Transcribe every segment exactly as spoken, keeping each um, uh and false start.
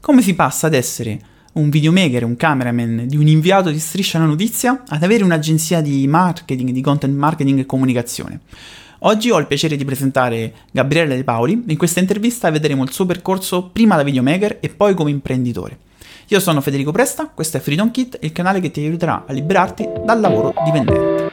come si passa ad essere un videomaker, un cameraman, di un inviato di Striscia la Notizia ad avere un'agenzia di marketing, di content marketing e comunicazione. Oggi ho il piacere di presentare Gabriele De Paoli. In questa intervista vedremo il suo percorso prima da videomaker e poi come imprenditore. Io sono Federico Presta, questo è Freedom Kit, il canale che ti aiuterà a liberarti dal lavoro dipendente.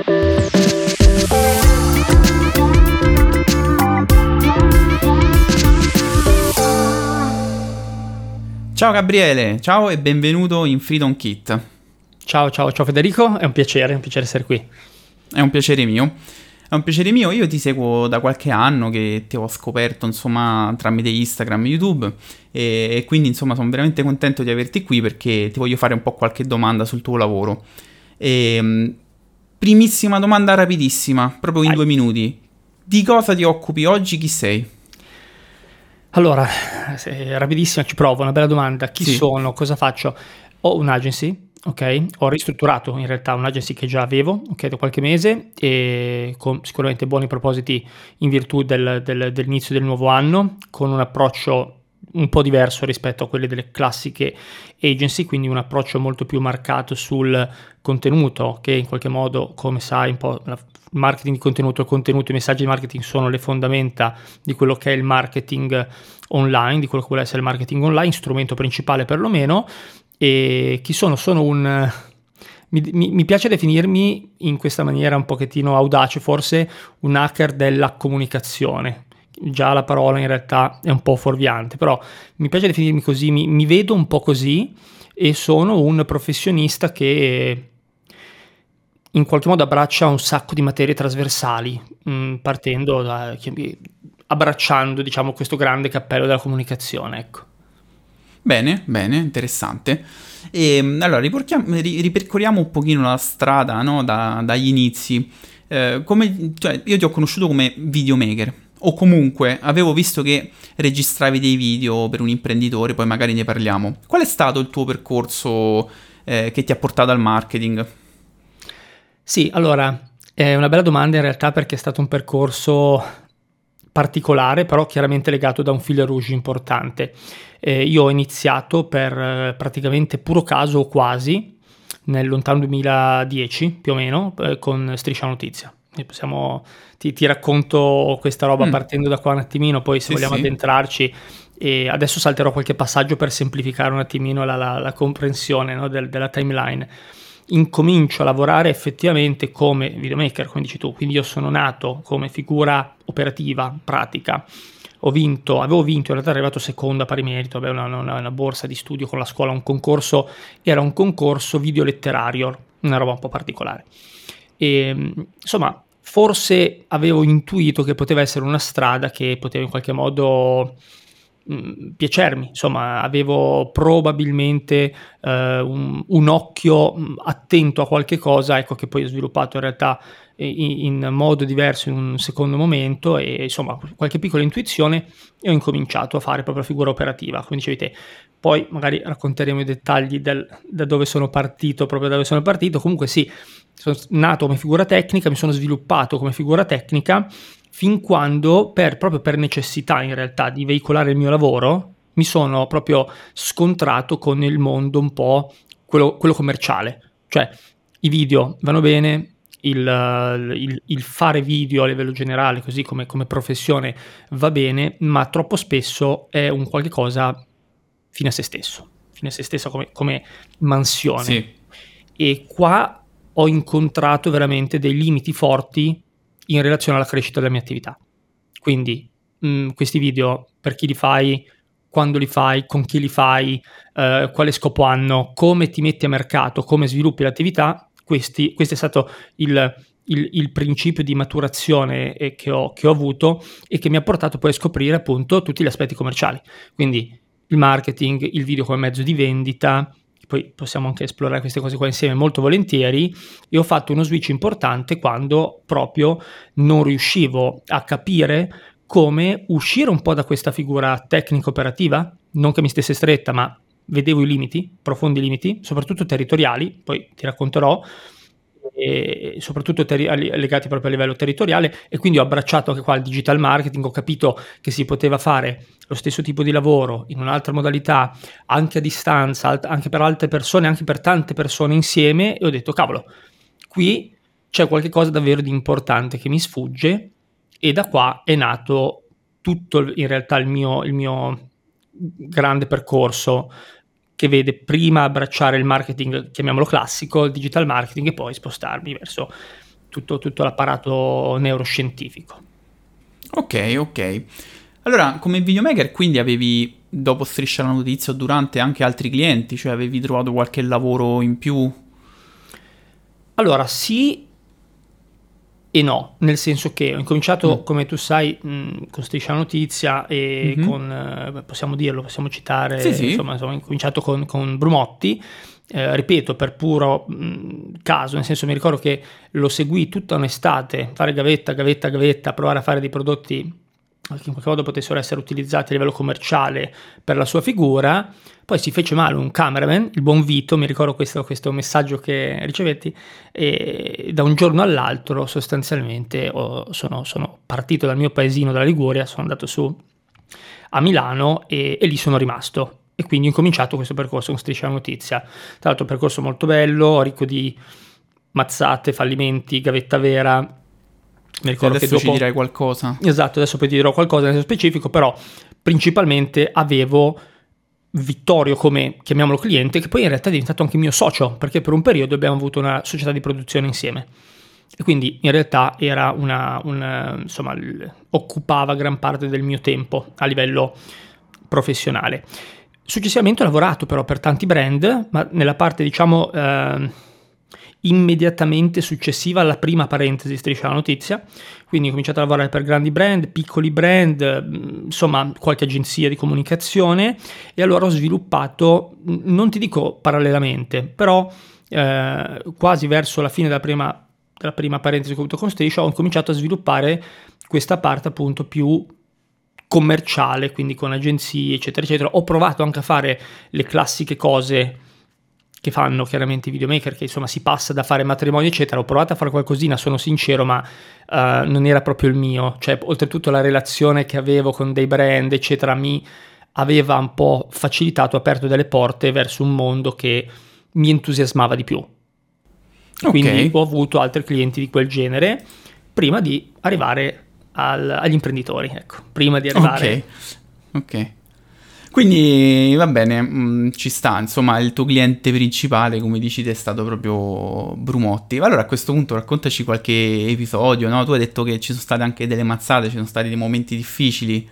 Ciao Gabriele, ciao e benvenuto in Freedom Kit. Ciao, ciao, ciao Federico, è un piacere, è un piacere essere qui. È un piacere mio. È un piacere mio, io ti seguo da qualche anno che ti ho scoperto insomma tramite Instagram, YouTube e, e quindi insomma sono veramente contento di averti qui perché ti voglio fare un po' qualche domanda sul tuo lavoro. E, primissima domanda rapidissima, proprio in Vai. due minuti. Di cosa ti occupi oggi, chi sei? Allora, se, rapidissimo, ci provo, una bella domanda. Chi Sì. sono? Cosa faccio? Ho un'agency. Ok, ho ristrutturato in realtà un'agency che già avevo, ok, da qualche mese e con sicuramente buoni propositi in virtù del, del, dell'inizio del nuovo anno, con un approccio un po' diverso rispetto a quelle delle classiche agency, quindi un approccio molto più marcato sul contenuto, che in qualche modo, come sai, un po' il marketing di contenuto, il contenuto, i messaggi di marketing sono le fondamenta di quello che è il marketing online, di quello che vuole essere il marketing online, strumento principale perlomeno. E chi sono? Sono un... Mi, mi, mi piace definirmi in questa maniera un pochettino audace, forse un hacker della comunicazione. Già la parola in realtà è un po' fuorviante, però mi piace definirmi così, mi, mi vedo un po' così e sono un professionista che in qualche modo abbraccia un sacco di materie trasversali, mh, partendo da... abbracciando, diciamo, questo grande cappello della comunicazione, ecco. Bene, bene, interessante. E allora ripercorriamo un pochino la strada, no? da, dagli inizi. Eh, come, cioè, io ti ho conosciuto come videomaker, o comunque avevo visto che registravi dei video per un imprenditore, poi magari ne parliamo. Qual è stato il tuo percorso eh, che ti ha portato al marketing? Sì, allora, è una bella domanda in realtà perché è stato un percorso particolare, però chiaramente legato da un fil rouge importante. Eh, io ho iniziato per eh, praticamente puro caso o quasi nel lontano duemiladieci più o meno eh, con Striscia la Notizia. E possiamo, ti, ti racconto questa roba Mm. partendo da qua un attimino, poi se Sì, vogliamo sì. addentrarci. E adesso salterò qualche passaggio per semplificare un attimino la, la, la comprensione, no, del, della timeline. Incomincio a lavorare effettivamente come videomaker, come dici tu, quindi io sono nato come figura operativa, pratica. Ho vinto, avevo vinto, in realtà è arrivato secondo a pari merito, avevo una, una, una borsa di studio con la scuola, un concorso, era un concorso video letterario, una roba un po' particolare. E, insomma, forse avevo intuito che poteva essere una strada che poteva in qualche modo mh, piacermi, insomma, avevo probabilmente eh, un, un occhio mh, attento a qualche cosa, ecco, che poi ho sviluppato in realtà in modo diverso in un secondo momento e insomma qualche piccola intuizione e ho incominciato a fare proprio figura operativa, come dicevi te. Poi magari racconteremo i dettagli del, da dove sono partito, proprio da dove sono partito. Comunque sì, sono nato come figura tecnica, mi sono sviluppato come figura tecnica fin quando, per, proprio per necessità in realtà di veicolare il mio lavoro, mi sono proprio scontrato con il mondo un po' quello, quello commerciale. Cioè i video vanno bene, Il, il, il fare video a livello generale, così come, come professione, va bene, ma troppo spesso è un qualche cosa fine a se stesso, fine a se stesso come, come mansione. Sì. E qua ho incontrato veramente dei limiti forti in relazione alla crescita della mia attività. Quindi mh, questi video, per chi li fai, quando li fai, con chi li fai, eh, quale scopo hanno, come ti metti a mercato, come sviluppi l'attività. Questi, questo è stato il, il, il principio di maturazione eh, che, ho, che ho avuto e che mi ha portato poi a scoprire appunto tutti gli aspetti commerciali, quindi il marketing, il video come mezzo di vendita, poi possiamo anche esplorare queste cose qua insieme molto volentieri. E ho fatto uno switch importante quando proprio non riuscivo a capire come uscire un po' da questa figura tecnico-operativa, non che mi stesse stretta, ma vedevo i limiti, profondi limiti, soprattutto territoriali, poi ti racconterò, e soprattutto teri- legati proprio a livello territoriale, e quindi ho abbracciato anche qua il digital marketing, ho capito che si poteva fare lo stesso tipo di lavoro in un'altra modalità, anche a distanza, alt- anche per altre persone, anche per tante persone insieme, e ho detto cavolo, qui c'è qualche cosa davvero di importante che mi sfugge, e da qua è nato tutto il- in realtà il mio, il mio grande percorso, che vede prima abbracciare il marketing, chiamiamolo classico, il digital marketing, e poi spostarmi verso tutto, tutto l'apparato neuroscientifico. Ok, ok. Allora, come videomaker quindi avevi, dopo Striscia la Notizia o durante, anche altri clienti? Cioè avevi trovato qualche lavoro in più? Allora, sì e no, nel senso che ho incominciato, Mm. come tu sai, mh, con Striscia la Notizia e Mhm. con, eh, possiamo dirlo, possiamo citare, Sì, sì. insomma, insomma, ho incominciato con, con Brumotti, eh, ripeto, per puro mh, caso, nel senso mi ricordo che lo seguì tutta un'estate, fare gavetta, gavetta, gavetta, provare a fare dei prodotti che in qualche modo potessero essere utilizzati a livello commerciale per la sua figura. Poi si fece male un cameraman, il buon Vito, mi ricordo questo, questo messaggio che ricevetti, e da un giorno all'altro sostanzialmente ho, sono, sono partito dal mio paesino della Liguria, sono andato su a Milano e, e lì sono rimasto. E quindi ho incominciato questo percorso con Striscia la Notizia. Tra l'altro un percorso molto bello, ricco di mazzate, fallimenti, gavetta vera. Mi E ricordo che adesso dopo... ci dirai qualcosa. Esatto, adesso poi ti dirò qualcosa nello specifico, però principalmente avevo Vittorio come, chiamiamolo, cliente, che poi in realtà è diventato anche mio socio, perché per un periodo abbiamo avuto una società di produzione insieme. E quindi in realtà era una, una insomma, l- occupava gran parte del mio tempo a livello professionale. Successivamente ho lavorato però per tanti brand, ma nella parte diciamo eh, immediatamente successiva alla prima parentesi Striscia la Notizia, quindi ho cominciato a lavorare per grandi brand, piccoli brand, insomma qualche agenzia di comunicazione, e allora ho sviluppato, non ti dico parallelamente, però eh, quasi verso la fine della prima, della prima parentesi che ho avuto con Striscia, ho cominciato a sviluppare questa parte appunto più commerciale, quindi con agenzie eccetera eccetera. Ho provato anche a fare le classiche cose che fanno chiaramente i videomaker, che insomma si passa da fare matrimoni eccetera. Ho provato a fare qualcosina, sono sincero, ma uh, non era proprio il mio. Cioè, oltretutto la relazione che avevo con dei brand eccetera mi aveva un po' facilitato, aperto delle porte verso un mondo che mi entusiasmava di più. Ok. Quindi ho avuto altri clienti di quel genere prima di arrivare al, agli imprenditori, ecco, prima di arrivare... Ok, ok. Quindi va bene, mh, ci sta, insomma, il tuo cliente principale, come dici te, è stato proprio Brumotti. Allora a questo punto raccontaci qualche episodio, no? Tu hai detto che ci sono state anche delle mazzate, ci sono stati dei momenti difficili.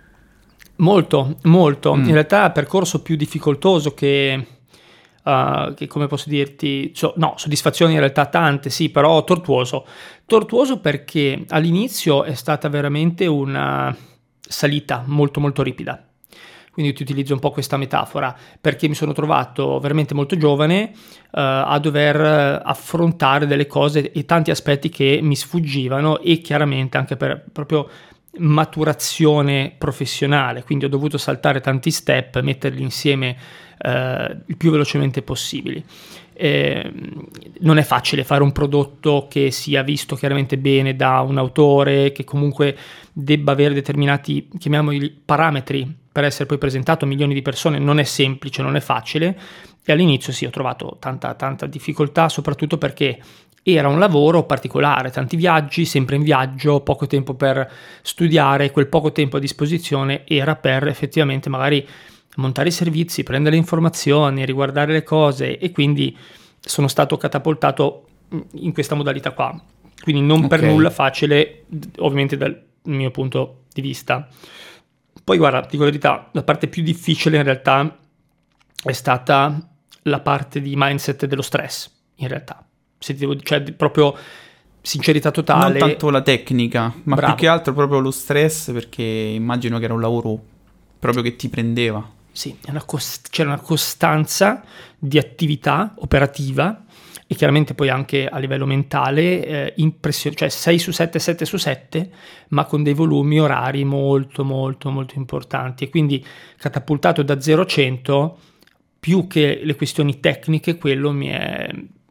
Molto, molto. Mm. In realtà il percorso più difficoltoso che, uh, che come posso dirti, so, no, soddisfazioni in realtà tante, sì, però tortuoso. Tortuoso perché all'inizio è stata veramente una salita molto molto ripida. Quindi ti utilizzo un po' questa metafora, perché mi sono trovato veramente molto giovane uh, a dover affrontare delle cose e tanti aspetti che mi sfuggivano, e chiaramente anche per proprio maturazione professionale, quindi ho dovuto saltare tanti step, metterli insieme eh, il più velocemente possibili. Eh, non è facile fare un prodotto che sia visto chiaramente bene da un autore, che comunque debba avere determinati, chiamiamoli, parametri per essere poi presentato a milioni di persone. Non è semplice, non è facile, e all'inizio sì, ho trovato tanta tanta difficoltà, soprattutto perché era un lavoro particolare, tanti viaggi, sempre in viaggio, poco tempo per studiare, quel poco tempo a disposizione era per effettivamente magari montare i servizi, prendere le informazioni, riguardare le cose, e quindi sono stato catapultato in questa modalità qua. Quindi non per Ok. nulla facile, ovviamente dal mio punto di vista. Poi guarda, dico la verità, la parte più difficile in realtà è stata la parte di mindset dello stress, in realtà. Se ti devo, cioè proprio sincerità totale. Non tanto la tecnica, ma Bravo. più che altro proprio lo stress, perché immagino che era un lavoro proprio che ti prendeva. Sì, è una cost- c'era una costanza di attività operativa, e chiaramente poi anche a livello mentale eh, impression- cioè sei su sette, sette su sette, ma con dei volumi orari molto molto molto importanti, e quindi catapultato da zero a cento, più che le questioni tecniche, quello mi è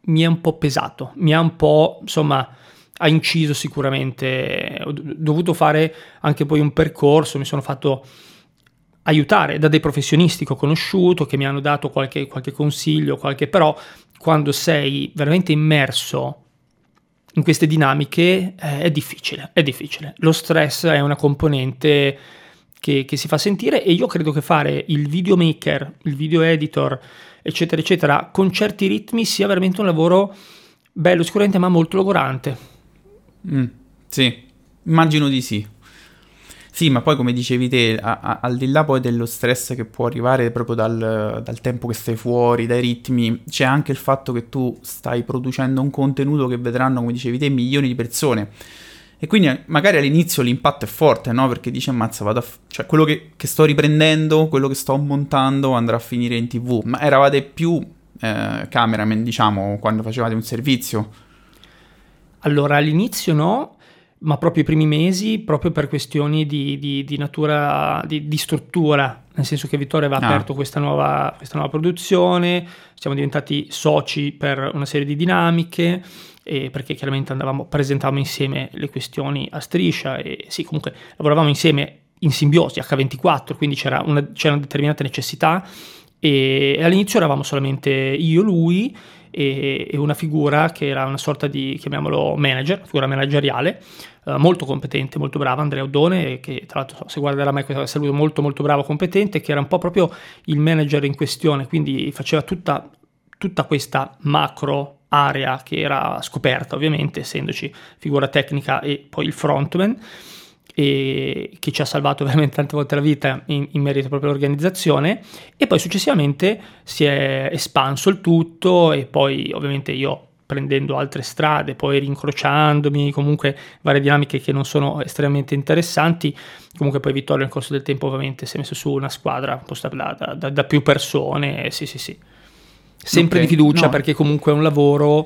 mi è un po' pesato, mi ha un po', insomma, ha inciso sicuramente. Ho dovuto fare anche poi un percorso, mi sono fatto aiutare da dei professionisti che ho conosciuto, che mi hanno dato qualche, qualche consiglio, qualche, però quando sei veramente immerso in queste dinamiche eh, è difficile, è difficile. Lo stress è una componente che, che si fa sentire, e io credo che fare il videomaker, il video editor, eccetera, eccetera, con certi ritmi sia veramente un lavoro bello sicuramente, ma molto logorante. Mm, sì, immagino di sì. Sì, ma poi come dicevi te, a, a, al di là poi dello stress che può arrivare proprio dal, dal tempo che stai fuori, dai ritmi, c'è anche il fatto che tu stai producendo un contenuto che vedranno, come dicevi te, milioni di persone. E quindi magari all'inizio l'impatto è forte, no? Perché dici, ammazza, vado a f- cioè quello che, che sto riprendendo, quello che sto montando andrà a finire in tivù. Ma eravate più eh, cameraman, diciamo, quando facevate un servizio? Allora, all'inizio no, ma proprio i primi mesi, proprio per questioni di, di, di natura, di, di struttura, nel senso che Vittorio aveva Ah. aperto questa nuova, questa nuova produzione, siamo diventati soci per una serie di dinamiche, e perché chiaramente andavamo, presentavamo insieme le questioni a striscia, e sì, comunque lavoravamo insieme in simbiosi acca ventiquattro, quindi c'era una, c'erano determinate necessità, e, e all'inizio eravamo solamente io, lui e, e una figura che era una sorta di, chiamiamolo manager, figura manageriale, eh, molto competente, molto brava, Andrea Oddone, che tra l'altro, se guarderà mai questo saluto, molto molto bravo, competente, che era un po' proprio il manager in questione, quindi faceva tutta, tutta questa macro area che era scoperta, ovviamente, essendoci figura tecnica e poi il frontman, e che ci ha salvato veramente tante volte la vita in, in merito proprio all'organizzazione. E poi successivamente si è espanso il tutto, e poi ovviamente io, prendendo altre strade, poi rincrociandomi, comunque varie dinamiche che non sono estremamente interessanti, comunque poi Vittorio nel corso del tempo ovviamente si è messo su una squadra composta da, da, da più persone, sì sì sì, sempre Okay, di fiducia, no. perché comunque è un lavoro,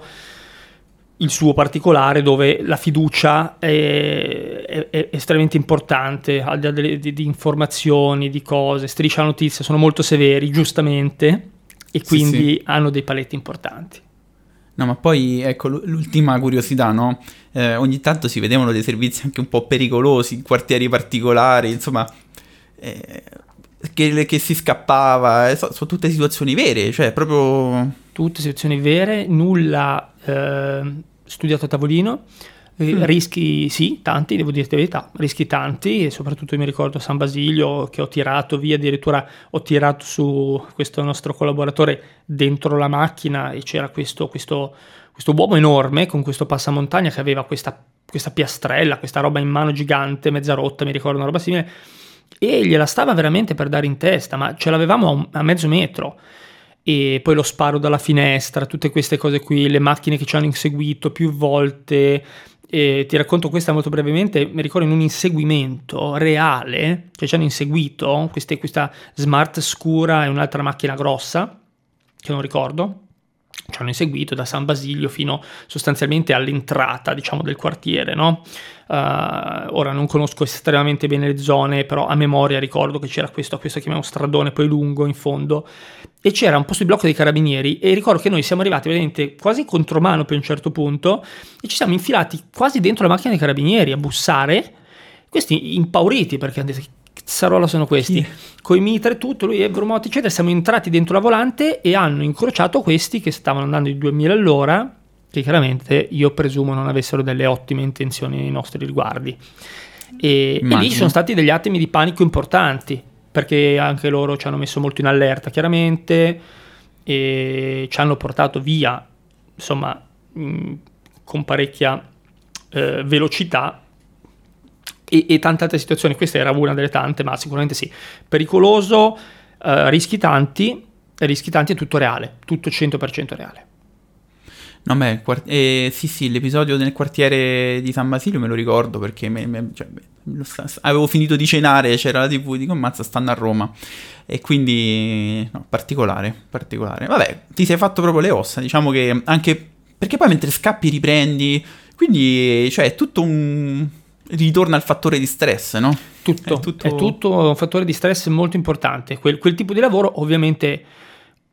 il suo particolare, dove la fiducia è, è, è estremamente importante, al di là delle, di, di informazioni, di cose. Striscia la Notizia sono molto severi, giustamente, e Sì, quindi sì. hanno dei paletti importanti. No, ma poi ecco l- l'ultima curiosità, no? Eh, ogni tanto si vedevano dei servizi anche un po' pericolosi, in quartieri particolari, insomma, eh, che, che si scappava, eh, so- sono tutte situazioni vere, cioè proprio... Tutte situazioni vere, nulla eh, studiato a tavolino. Eh, Mm. rischi sì, tanti, devo dirti la verità, rischi tanti, e soprattutto io mi ricordo a San Basilio che ho tirato via, addirittura ho tirato su questo nostro collaboratore dentro la macchina, e c'era questo, questo, questo uomo enorme con questo passamontagna che aveva questa, questa piastrella, questa roba in mano gigante, mezza rotta, mi ricordo, una roba simile, e gliela stava veramente per dare in testa, ma ce l'avevamo a, un, a mezzo metro. E poi lo sparo dalla finestra, tutte queste cose qui, le macchine che ci hanno inseguito più volte. E ti racconto questa molto brevemente. Mi ricordo in un inseguimento reale che ci hanno inseguito, queste, questa Smart scura e un'altra macchina grossa che non ricordo, ci hanno inseguito da San Basilio fino sostanzialmente all'entrata, diciamo, del quartiere, no? Uh, ora non conosco estremamente bene le zone, però a memoria ricordo che c'era questo, questo chiamiamo stradone poi lungo in fondo, e c'era un posto di blocco dei carabinieri, e ricordo che noi siamo arrivati veramente quasi in contromano per un certo punto, e ci siamo infilati quasi dentro la macchina dei carabinieri a bussare, questi impauriti perché hanno detto: che cazzarola sono questi? Chi? Coi mitra e tutto, lui e Brumotti eccetera, siamo entrati dentro la volante e hanno incrociato questi che stavano andando di duemila all'ora, che chiaramente io presumo non avessero delle ottime intenzioni nei nostri riguardi, e, e lì ci sono stati degli attimi di panico importanti, perché anche loro ci hanno messo molto in allerta chiaramente, e ci hanno portato via, insomma, mh, con parecchia eh, velocità, e, e tante altre situazioni. Questa era una delle tante, ma sicuramente sì, pericoloso, eh, rischi tanti, rischi tanti, è tutto reale, tutto cento per cento reale. No, beh, quart- eh, sì, sì, l'episodio nel quartiere di San Basilio me lo ricordo, perché me- me- cioè, lo sta- avevo finito di cenare, c'era la tivù, dico, ammazza, stanno a Roma. E quindi, no, particolare, particolare. Vabbè, ti sei fatto proprio le ossa, diciamo che anche... Perché poi mentre scappi riprendi, quindi, cioè, è tutto un... ritorna al fattore di stress, no? Tutto, È tutto... è tutto un fattore di stress molto importante. Quel, quel tipo di lavoro ovviamente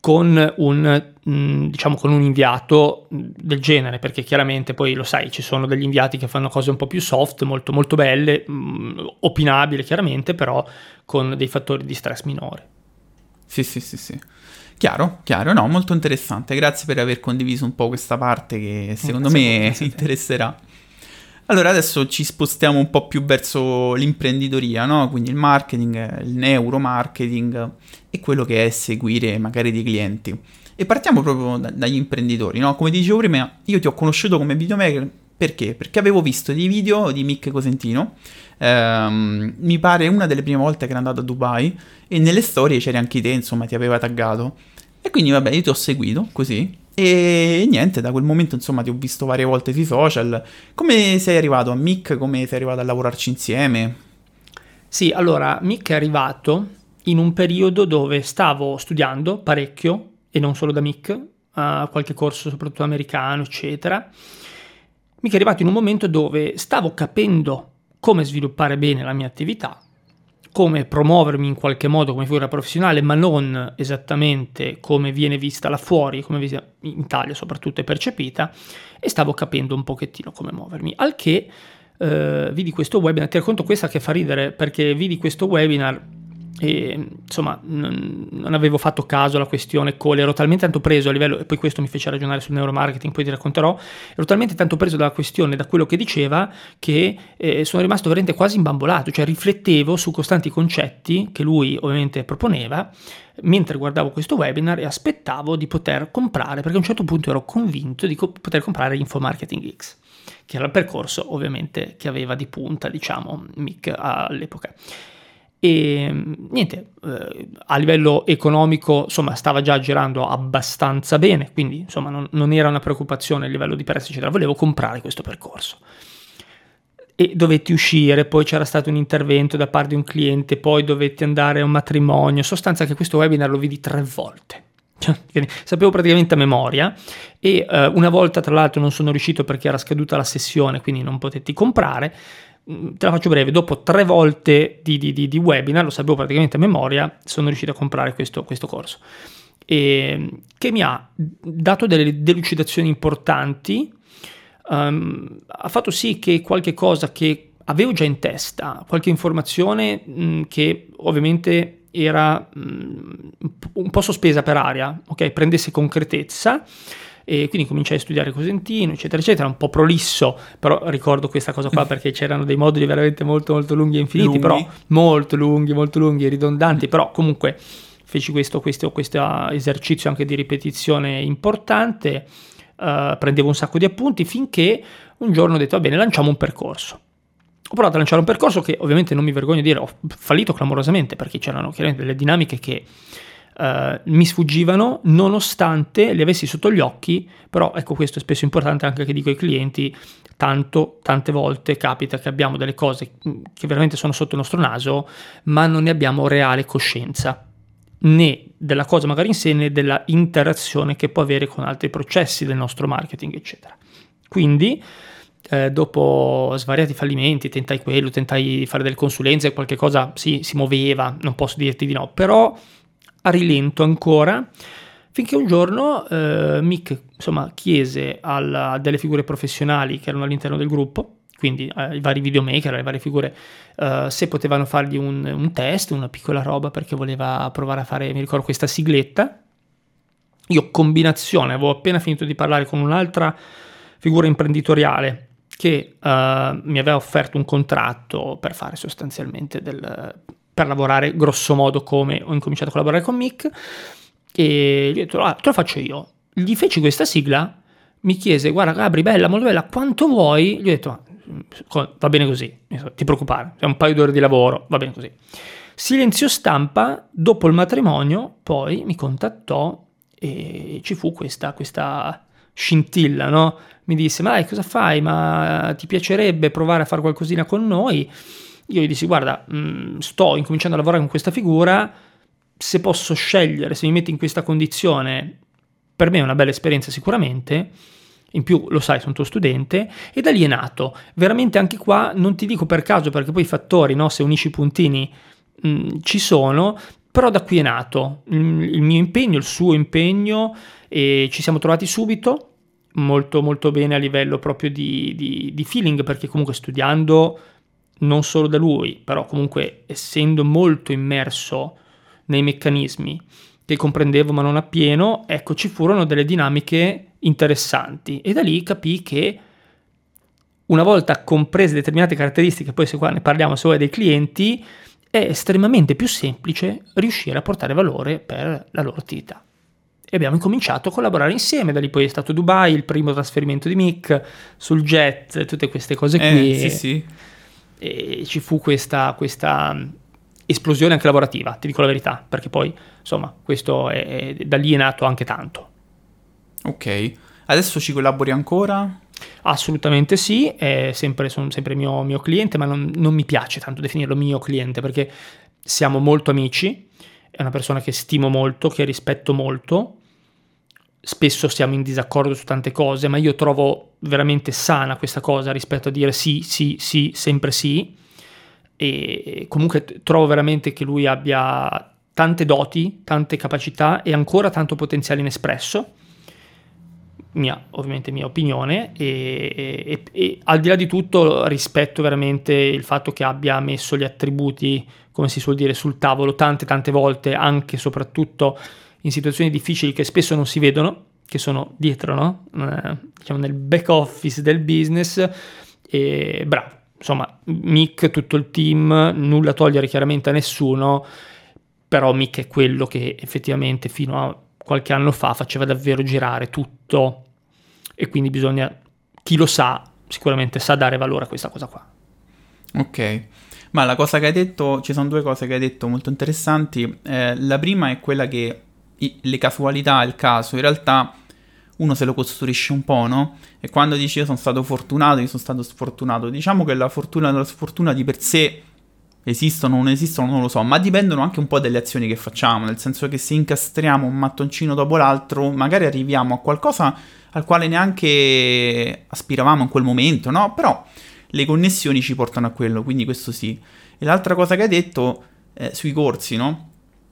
con un, mh, diciamo, con un inviato del genere, perché chiaramente poi lo sai, ci sono degli inviati che fanno cose un po' più soft, molto molto belle, mh, opinabili chiaramente, però con dei fattori di stress minore. Sì, sì, sì, sì. Chiaro, chiaro, no, molto interessante. Grazie per aver condiviso un po' questa parte che secondo Grazie me a te. interesserà. Allora adesso ci spostiamo un po' più verso l'imprenditoria, no? Quindi il marketing, il neuromarketing e quello che è seguire magari dei clienti. E partiamo proprio da- dagli imprenditori, no? Come dicevo prima, io ti ho conosciuto come videomaker perché? Perché avevo visto dei video di Mick Cosentino, ehm, mi pare una delle prime volte che era andato a Dubai, e nelle storie c'eri anche te, insomma, ti aveva taggato. E quindi vabbè, io ti ho seguito così. E niente, da quel momento insomma ti ho visto varie volte sui social. Come sei arrivato a Mick? Come sei arrivato a lavorarci insieme? Sì, allora, Mick è arrivato in un periodo dove stavo studiando parecchio, e non solo da Mick, a qualche corso soprattutto americano, eccetera. Mick è arrivato in un momento dove stavo capendo come sviluppare bene la mia attività, come promuovermi in qualche modo come figura professionale, ma non esattamente come viene vista là fuori, come in Italia soprattutto è percepita, e stavo capendo un pochettino come muovermi. Al che eh, vidi questo webinar, ti racconto questa che fa ridere, perché vidi questo webinar e insomma non, non avevo fatto caso alla questione call, ero talmente tanto preso a livello, e poi questo mi fece ragionare sul neuromarketing, poi ti racconterò, ero talmente tanto preso dalla questione, da quello che diceva, che eh, sono rimasto veramente quasi imbambolato, cioè riflettevo su costanti concetti che lui ovviamente proponeva mentre guardavo questo webinar e aspettavo di poter comprare, perché a un certo punto ero convinto di co- poter comprare Infomarketing X, che era il percorso ovviamente che aveva di punta, diciamo, Mick all'epoca. E niente, eh, a livello economico insomma stava già girando abbastanza bene, quindi insomma non, non era una preoccupazione a livello di prezzi eccetera, volevo comprare questo percorso e dovetti uscire, poi c'era stato un intervento da parte di un cliente, poi dovetti andare a un matrimonio, in sostanza che questo webinar lo vidi tre volte. Quindi, sapevo praticamente a memoria e eh, una volta tra l'altro non sono riuscito perché era scaduta la sessione, quindi non potetti comprare. Te la faccio breve, dopo tre volte di, di, di, di webinar, lo sapevo praticamente a memoria, sono riuscito a comprare questo, questo corso, e, che mi ha dato delle delucidazioni importanti, um, ha fatto sì che qualche cosa che avevo già in testa, qualche informazione mh, che ovviamente era mh, un po' sospesa per aria, ok, prendesse concretezza. E quindi cominciai a studiare Cosentino, eccetera, eccetera, un po' prolisso, però ricordo questa cosa qua perché c'erano dei moduli veramente molto, molto lunghi e infiniti, Lunghi. però molto lunghi, molto lunghi e ridondanti, però comunque feci questo, questo, questo esercizio anche di ripetizione importante, uh, prendevo un sacco di appunti finché un giorno ho detto, va bene, lanciamo un percorso. Ho provato a lanciare un percorso che ovviamente non mi vergogno di dire, ho fallito clamorosamente perché c'erano chiaramente delle dinamiche che Uh, mi sfuggivano nonostante li avessi sotto gli occhi, però ecco questo è spesso importante anche che dico ai clienti, tanto tante volte capita che abbiamo delle cose che veramente sono sotto il nostro naso ma non ne abbiamo reale coscienza né della cosa magari in sé né della interazione che può avere con altri processi del nostro marketing eccetera. Quindi eh, dopo svariati fallimenti tentai quello, tentai fare delle consulenze, qualche cosa sì, si muoveva, non posso dirti di no, però a rilento ancora, finché un giorno eh, Mick insomma chiese alla, a delle figure professionali che erano all'interno del gruppo, quindi ai vari videomaker, alle varie figure, eh, se potevano fargli un, un test, una piccola roba, perché voleva provare a fare, mi ricordo, questa sigletta. Io combinazione, avevo appena finito di parlare con un'altra figura imprenditoriale che eh, mi aveva offerto un contratto per fare sostanzialmente del... per lavorare grosso modo come ho incominciato a collaborare con Mick, e gli ho detto, ah, te lo faccio io. Gli feci questa sigla, mi chiese, guarda Gabri, bella, molto bella, quanto vuoi? Gli ho detto, ah, va bene così, ti preoccupare, è un paio d'ore di lavoro, va bene così. Silenzio stampa, dopo il matrimonio, poi mi contattò e ci fu questa, questa scintilla, no? Mi disse, ma dai, cosa fai? Ma ti piacerebbe provare a fare qualcosina con noi? Io gli dissi, guarda, mh, sto incominciando a lavorare con questa figura, se posso scegliere, se mi metti in questa condizione, per me è una bella esperienza sicuramente, in più lo sai, sono tuo studente, e da lì è nato. Veramente anche qua, non ti dico per caso, perché poi i fattori, no, se unisci i puntini, mh, ci sono, Però da qui è nato il mio impegno, il suo impegno, e ci siamo trovati subito molto molto bene a livello proprio di, di, di feeling, perché comunque studiando non solo da lui, però comunque essendo molto immerso nei meccanismi che comprendevo ma non appieno, ecco, ci furono delle dinamiche interessanti, e da lì capii che una volta comprese determinate caratteristiche, poi se qua ne parliamo se vuoi dei clienti, è estremamente più semplice riuscire a portare valore per la loro attività. E abbiamo incominciato a collaborare insieme, da lì poi è stato Dubai, il primo trasferimento di Mick sul jet, tutte queste cose qui. Eh, sì, sì. E ci fu questa, questa esplosione anche lavorativa, ti dico la verità, perché poi insomma questo è, da lì è nato anche tanto. Ok, adesso ci collabori ancora? Assolutamente sì, è sempre, sono sempre mio, mio cliente, ma non, non mi piace tanto definirlo mio cliente, perché siamo molto amici, è una persona che stimo molto, che rispetto molto, spesso siamo in disaccordo su tante cose, ma io trovo veramente sana questa cosa rispetto a dire sì, sì, sì, sempre sì, e comunque trovo veramente che lui abbia tante doti, tante capacità e ancora tanto potenziale inespresso, mia, ovviamente mia opinione, e, e, e al di là di tutto rispetto veramente il fatto che abbia messo gli attributi, come si suol dire, sul tavolo tante tante volte, anche e soprattutto in situazioni difficili che spesso non si vedono, che sono dietro, no? Eh, diciamo nel back office del business, e bravo, insomma Mick, tutto il team, nulla a togliere chiaramente a nessuno, però Mick è quello che effettivamente fino a qualche anno fa faceva davvero girare tutto, e quindi bisogna, chi lo sa sicuramente sa dare valore a questa cosa qua. Ok, ma la cosa che hai detto, ci sono due cose che hai detto molto interessanti. Eh, la prima è quella che i, le casualità, il caso, in realtà uno se lo costruisce un po', no? E quando dici io sono stato fortunato, io sono stato sfortunato, diciamo che la fortuna e la sfortuna di per sé esistono o non esistono, non lo so, ma dipendono anche un po' dalle azioni che facciamo, nel senso che se incastriamo un mattoncino dopo l'altro, magari arriviamo a qualcosa al quale neanche aspiravamo in quel momento, no? Però le connessioni ci portano a quello, quindi questo sì. E l'altra cosa che hai detto, eh, sui corsi, no?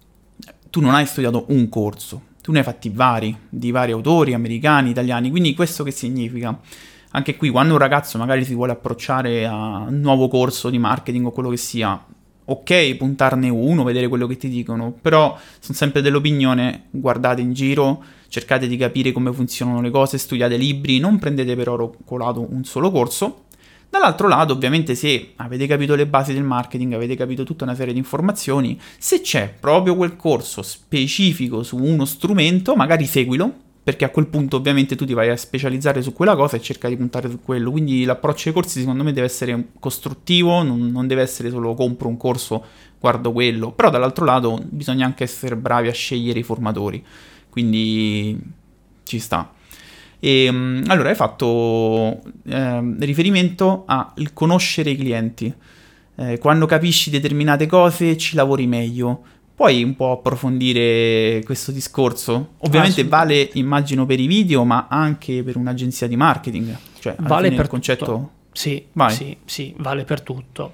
Tu non hai studiato un corso, tu ne hai fatti vari, di vari autori, americani, italiani, quindi questo che significa? Anche qui, quando un ragazzo magari si vuole approcciare a un nuovo corso di marketing o quello che sia, ok, puntarne uno, vedere quello che ti dicono, però sono sempre dell'opinione, guardate in giro, cercate di capire come funzionano le cose, studiate libri, non prendete per oro colato un solo corso. Dall'altro lato, ovviamente, se avete capito le basi del marketing, avete capito tutta una serie di informazioni, se c'è proprio quel corso specifico su uno strumento, magari seguilo, perché a quel punto ovviamente tu ti vai a specializzare su quella cosa e cerca di puntare su quello. Quindi l'approccio ai corsi secondo me deve essere costruttivo, non, non deve essere solo compro un corso, guardo quello, però dall'altro lato bisogna anche essere bravi a scegliere i formatori, quindi ci sta. E, allora hai fatto eh, riferimento al conoscere i clienti, eh, quando capisci determinate cose ci lavori meglio. Puoi un po' approfondire questo discorso? Ovviamente vale, immagino, per i video, ma anche per un'agenzia di marketing. Cioè, vale per il concetto... tutto. Sì, Vai. sì, sì, vale per tutto.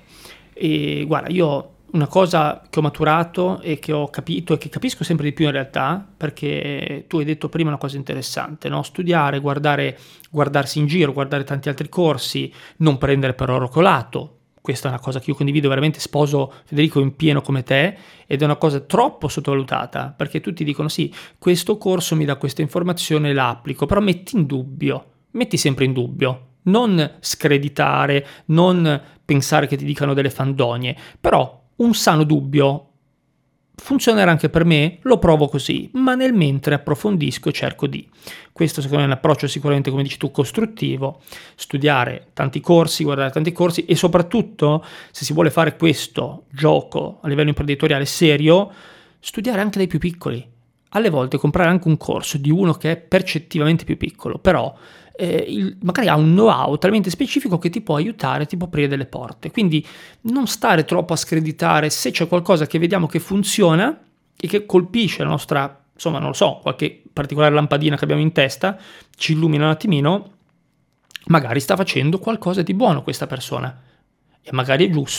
E guarda, io una cosa che ho maturato e che ho capito e che capisco sempre di più in realtà, perché tu hai detto prima una cosa interessante, no? Studiare, guardare, guardarsi in giro, guardare tanti altri corsi, non prendere per oro colato. Questa è una cosa che io condivido, veramente sposo Federico in pieno come te, ed è una cosa troppo sottovalutata, perché tutti dicono sì, questo corso mi dà questa informazione e la applico, però metti in dubbio, metti sempre in dubbio, non screditare, non pensare che ti dicano delle fandonie, però un sano dubbio funzionerà anche per me, lo provo così, ma nel mentre approfondisco e cerco di. Questo secondo me è un approccio sicuramente, come dici tu, costruttivo, studiare tanti corsi, guardare tanti corsi, e soprattutto se si vuole fare questo gioco a livello imprenditoriale serio, studiare anche dai più piccoli. Alle volte comprare anche un corso di uno che è percettivamente più piccolo, però eh, il, magari ha un know-how talmente specifico che ti può aiutare, ti può aprire delle porte. Quindi non stare troppo a screditare. Se c'è qualcosa che vediamo che funziona e che colpisce la nostra, insomma, non lo so, qualche particolare lampadina che abbiamo in testa, ci illumina un attimino, magari sta facendo qualcosa di buono questa persona e magari è giusto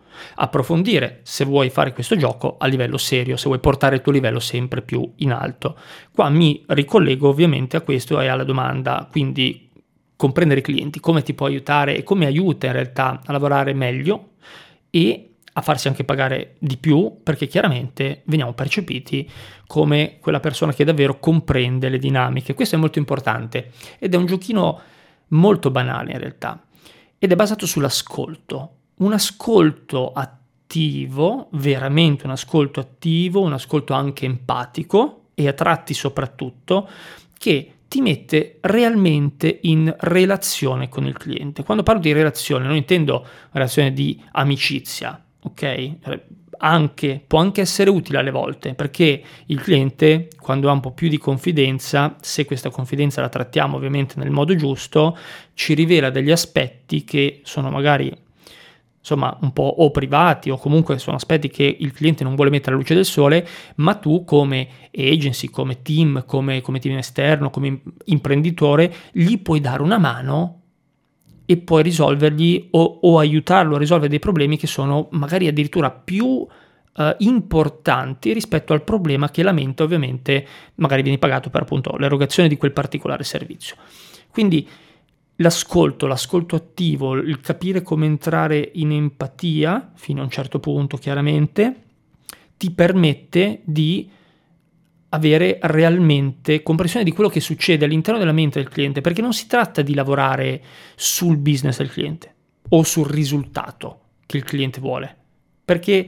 approfondire se vuoi fare questo gioco a livello serio, se vuoi portare il tuo livello sempre più in alto. Qua mi ricollego ovviamente a questo e alla domanda, quindi comprendere i clienti, come ti può aiutare e come aiuta in realtà a lavorare meglio e a farsi anche pagare di più, perché chiaramente veniamo percepiti come quella persona che davvero comprende le dinamiche. Questo è molto importante ed è un giochino molto banale in realtà ed è basato sull'ascolto, un ascolto attivo, veramente un ascolto attivo, un ascolto anche empatico e a tratti soprattutto, che ti mette realmente in relazione con il cliente. Quando parlo di relazione non intendo relazione di amicizia, ok? Anche, può anche essere utile alle volte, perché il cliente, quando ha un po' più di confidenza, se questa confidenza la trattiamo ovviamente nel modo giusto, ci rivela degli aspetti che sono magari insomma un po' o privati o comunque sono aspetti che il cliente non vuole mettere alla luce del sole, ma tu come agency, come team, come, come team esterno, come imprenditore, gli puoi dare una mano e puoi risolvergli o, o aiutarlo a risolvere dei problemi che sono magari addirittura più eh, importanti rispetto al problema che lamenta, ovviamente magari viene pagato per appunto l'erogazione di quel particolare servizio. Quindi l'ascolto, l'ascolto attivo, il capire come entrare in empatia, fino a un certo punto chiaramente, ti permette di avere realmente comprensione di quello che succede all'interno della mente del cliente, perché non si tratta di lavorare sul business del cliente o sul risultato che il cliente vuole, perché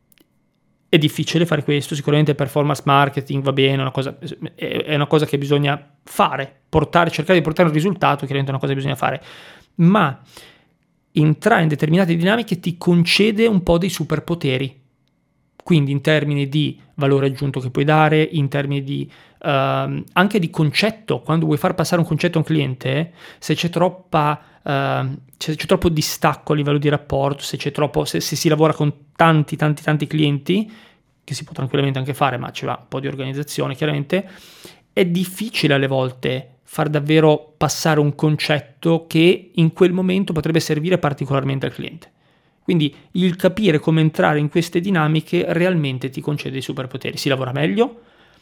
è difficile fare questo, sicuramente performance marketing va bene, una cosa, è una cosa che bisogna fare, portare, cercare di portare un risultato, chiaramente è una cosa che bisogna fare, ma entrare in determinate dinamiche ti concede un po' dei superpoteri, quindi in termini di valore aggiunto che puoi dare, in termini di uh, anche di concetto, quando vuoi far passare un concetto a un cliente, se c'è troppa uh, c'è, c'è troppo distacco a livello di rapporto, se c'è troppo, se, se si lavora con tanti tanti tanti clienti, che si può tranquillamente anche fare, ma ci va un po' di organizzazione chiaramente, è difficile alle volte far davvero passare un concetto che in quel momento potrebbe servire particolarmente al cliente. Quindi il capire come entrare in queste dinamiche realmente ti concede dei superpoteri. Si lavora meglio,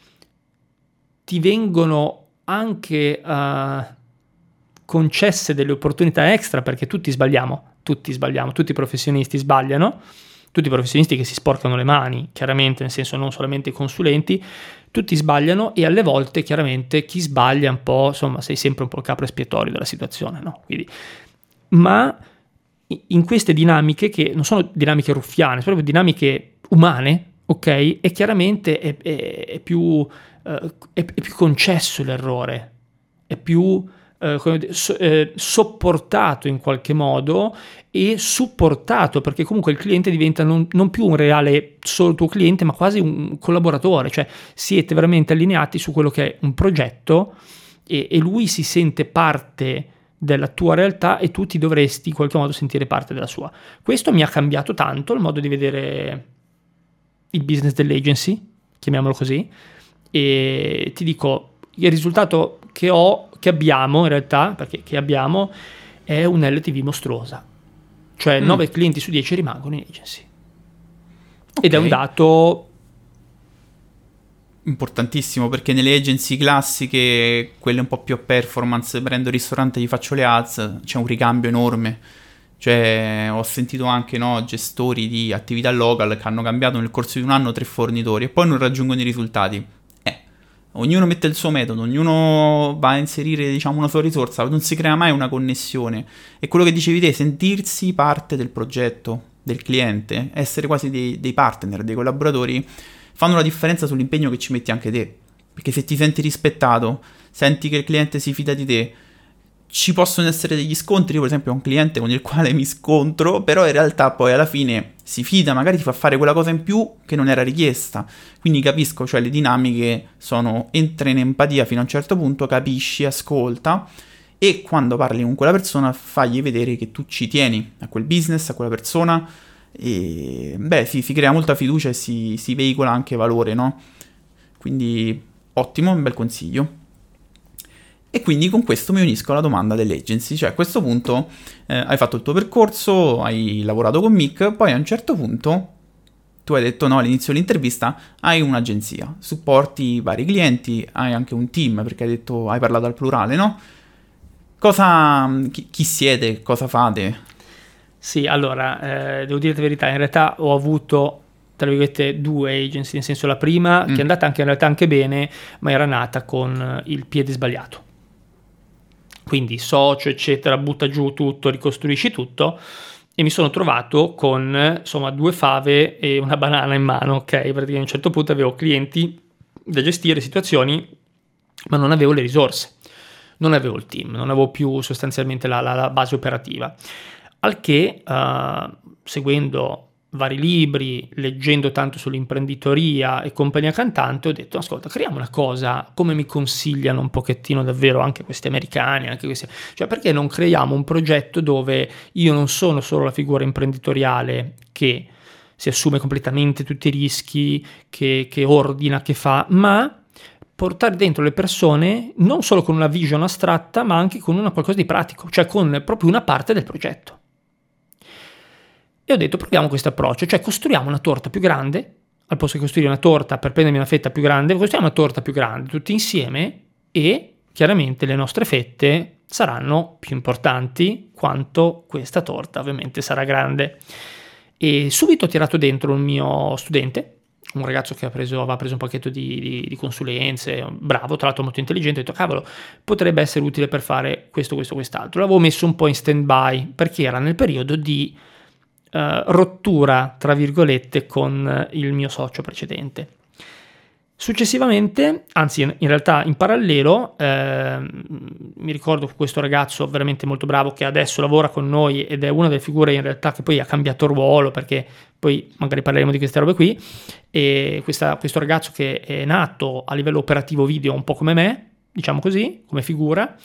ti vengono anche uh, concesse delle opportunità extra, perché tutti sbagliamo, tutti sbagliamo, tutti i professionisti sbagliano, tutti i professionisti che si sporcano le mani, chiaramente, nel senso non solamente i consulenti, tutti sbagliano e alle volte chiaramente chi sbaglia un po', insomma, sei sempre un po' il capro espiatorio della situazione, no? Quindi, ma in queste dinamiche, che non sono dinamiche ruffiane, sono proprio dinamiche umane, ok? E chiaramente è, è, è, più, eh, è, è più concesso l'errore, è più eh, come dire, so, eh, sopportato in qualche modo e supportato, perché comunque il cliente diventa non, non più un reale solo tuo cliente, ma quasi un collaboratore, cioè siete veramente allineati su quello che è un progetto e, e lui si sente parte della tua realtà e tu ti dovresti in qualche modo sentire parte della sua. Questo mi ha cambiato tanto il modo di vedere il business dell'agency, chiamiamolo così, e ti dico, il risultato che ho, che abbiamo in realtà, perché che abbiamo, è un L T V mostruosa, cioè mm. nove clienti su dieci rimangono in agency. Okay. Ed è un dato importantissimo, perché nelle agency classiche, quelle un po' più a performance, prendo il ristorante e gli faccio le ads, c'è un ricambio enorme. Cioè ho sentito anche, no, gestori di attività local che hanno cambiato nel corso di un anno tre fornitori e poi non raggiungono i risultati. Eh, ognuno mette il suo metodo, ognuno va a inserire, diciamo, una sua risorsa, non si crea mai una connessione. E quello che dicevi te, sentirsi parte del progetto, del cliente, essere quasi dei, dei partner, dei collaboratori, fanno la differenza sull'impegno che ci metti anche te, perché se ti senti rispettato, senti che il cliente si fida di te, ci possono essere degli scontri. Io per esempio ho un cliente con il quale mi scontro, però in realtà poi alla fine si fida, magari ti fa fare quella cosa in più che non era richiesta, quindi capisco, cioè le dinamiche sono, entra in empatia fino a un certo punto, capisci, ascolta, e quando parli con quella persona fagli vedere che tu ci tieni a quel business, a quella persona. E beh, sì, si crea molta fiducia e si, si veicola anche valore, no? Quindi ottimo, un bel consiglio. E quindi con questo mi unisco alla domanda dell'agency, cioè a questo punto eh, hai fatto il tuo percorso, hai lavorato con Mick, poi a un certo punto tu hai detto no all'inizio dell'intervista, hai un'agenzia, supporti vari clienti, hai anche un team, perché hai detto, hai parlato al plurale, no? Cosa, chi, chi siete, cosa fate? Sì, allora, eh, devo dire la verità, in realtà ho avuto, tra virgolette, due agency, nel senso la prima, mm. che è andata anche in realtà anche bene, ma era nata con il piede sbagliato. Quindi socio, eccetera, butta giù tutto, ricostruisci tutto, e mi sono trovato con, insomma, due fave e una banana in mano, ok? Perché a un certo punto avevo clienti da gestire, situazioni, ma non avevo le risorse, non avevo il team, non avevo più sostanzialmente la, la, la base operativa. Al che, uh, seguendo vari libri, leggendo tanto sull'imprenditoria e compagnia cantante, ho detto, ascolta, creiamo una cosa come mi consigliano un pochettino davvero anche questi americani, anche questi, cioè perché non creiamo un progetto dove io non sono solo la figura imprenditoriale che si assume completamente tutti i rischi, che, che ordina, che fa, ma portare dentro le persone non solo con una vision astratta, ma anche con una qualcosa di pratico, cioè con proprio una parte del progetto. E ho detto, proviamo questo approccio, cioè costruiamo una torta più grande, al posto di costruire una torta per prendermi una fetta più grande, costruiamo una torta più grande tutti insieme e chiaramente le nostre fette saranno più importanti quanto questa torta ovviamente sarà grande. E subito ho tirato dentro un mio studente, un ragazzo che ha preso, aveva preso un pacchetto di, di, di consulenze, bravo, tra l'altro molto intelligente, ho detto, cavolo, potrebbe essere utile per fare questo, questo, quest'altro. L'avevo messo un po' in stand-by perché era nel periodo di Uh, rottura, tra virgolette, con il mio socio precedente. Successivamente, anzi in realtà in parallelo, eh, mi ricordo questo ragazzo veramente molto bravo che adesso lavora con noi ed è una delle figure in realtà che poi ha cambiato ruolo, perché poi magari parleremo di queste robe qui, e questa, questo ragazzo che è nato a livello operativo video un po' come me, diciamo così, come figura,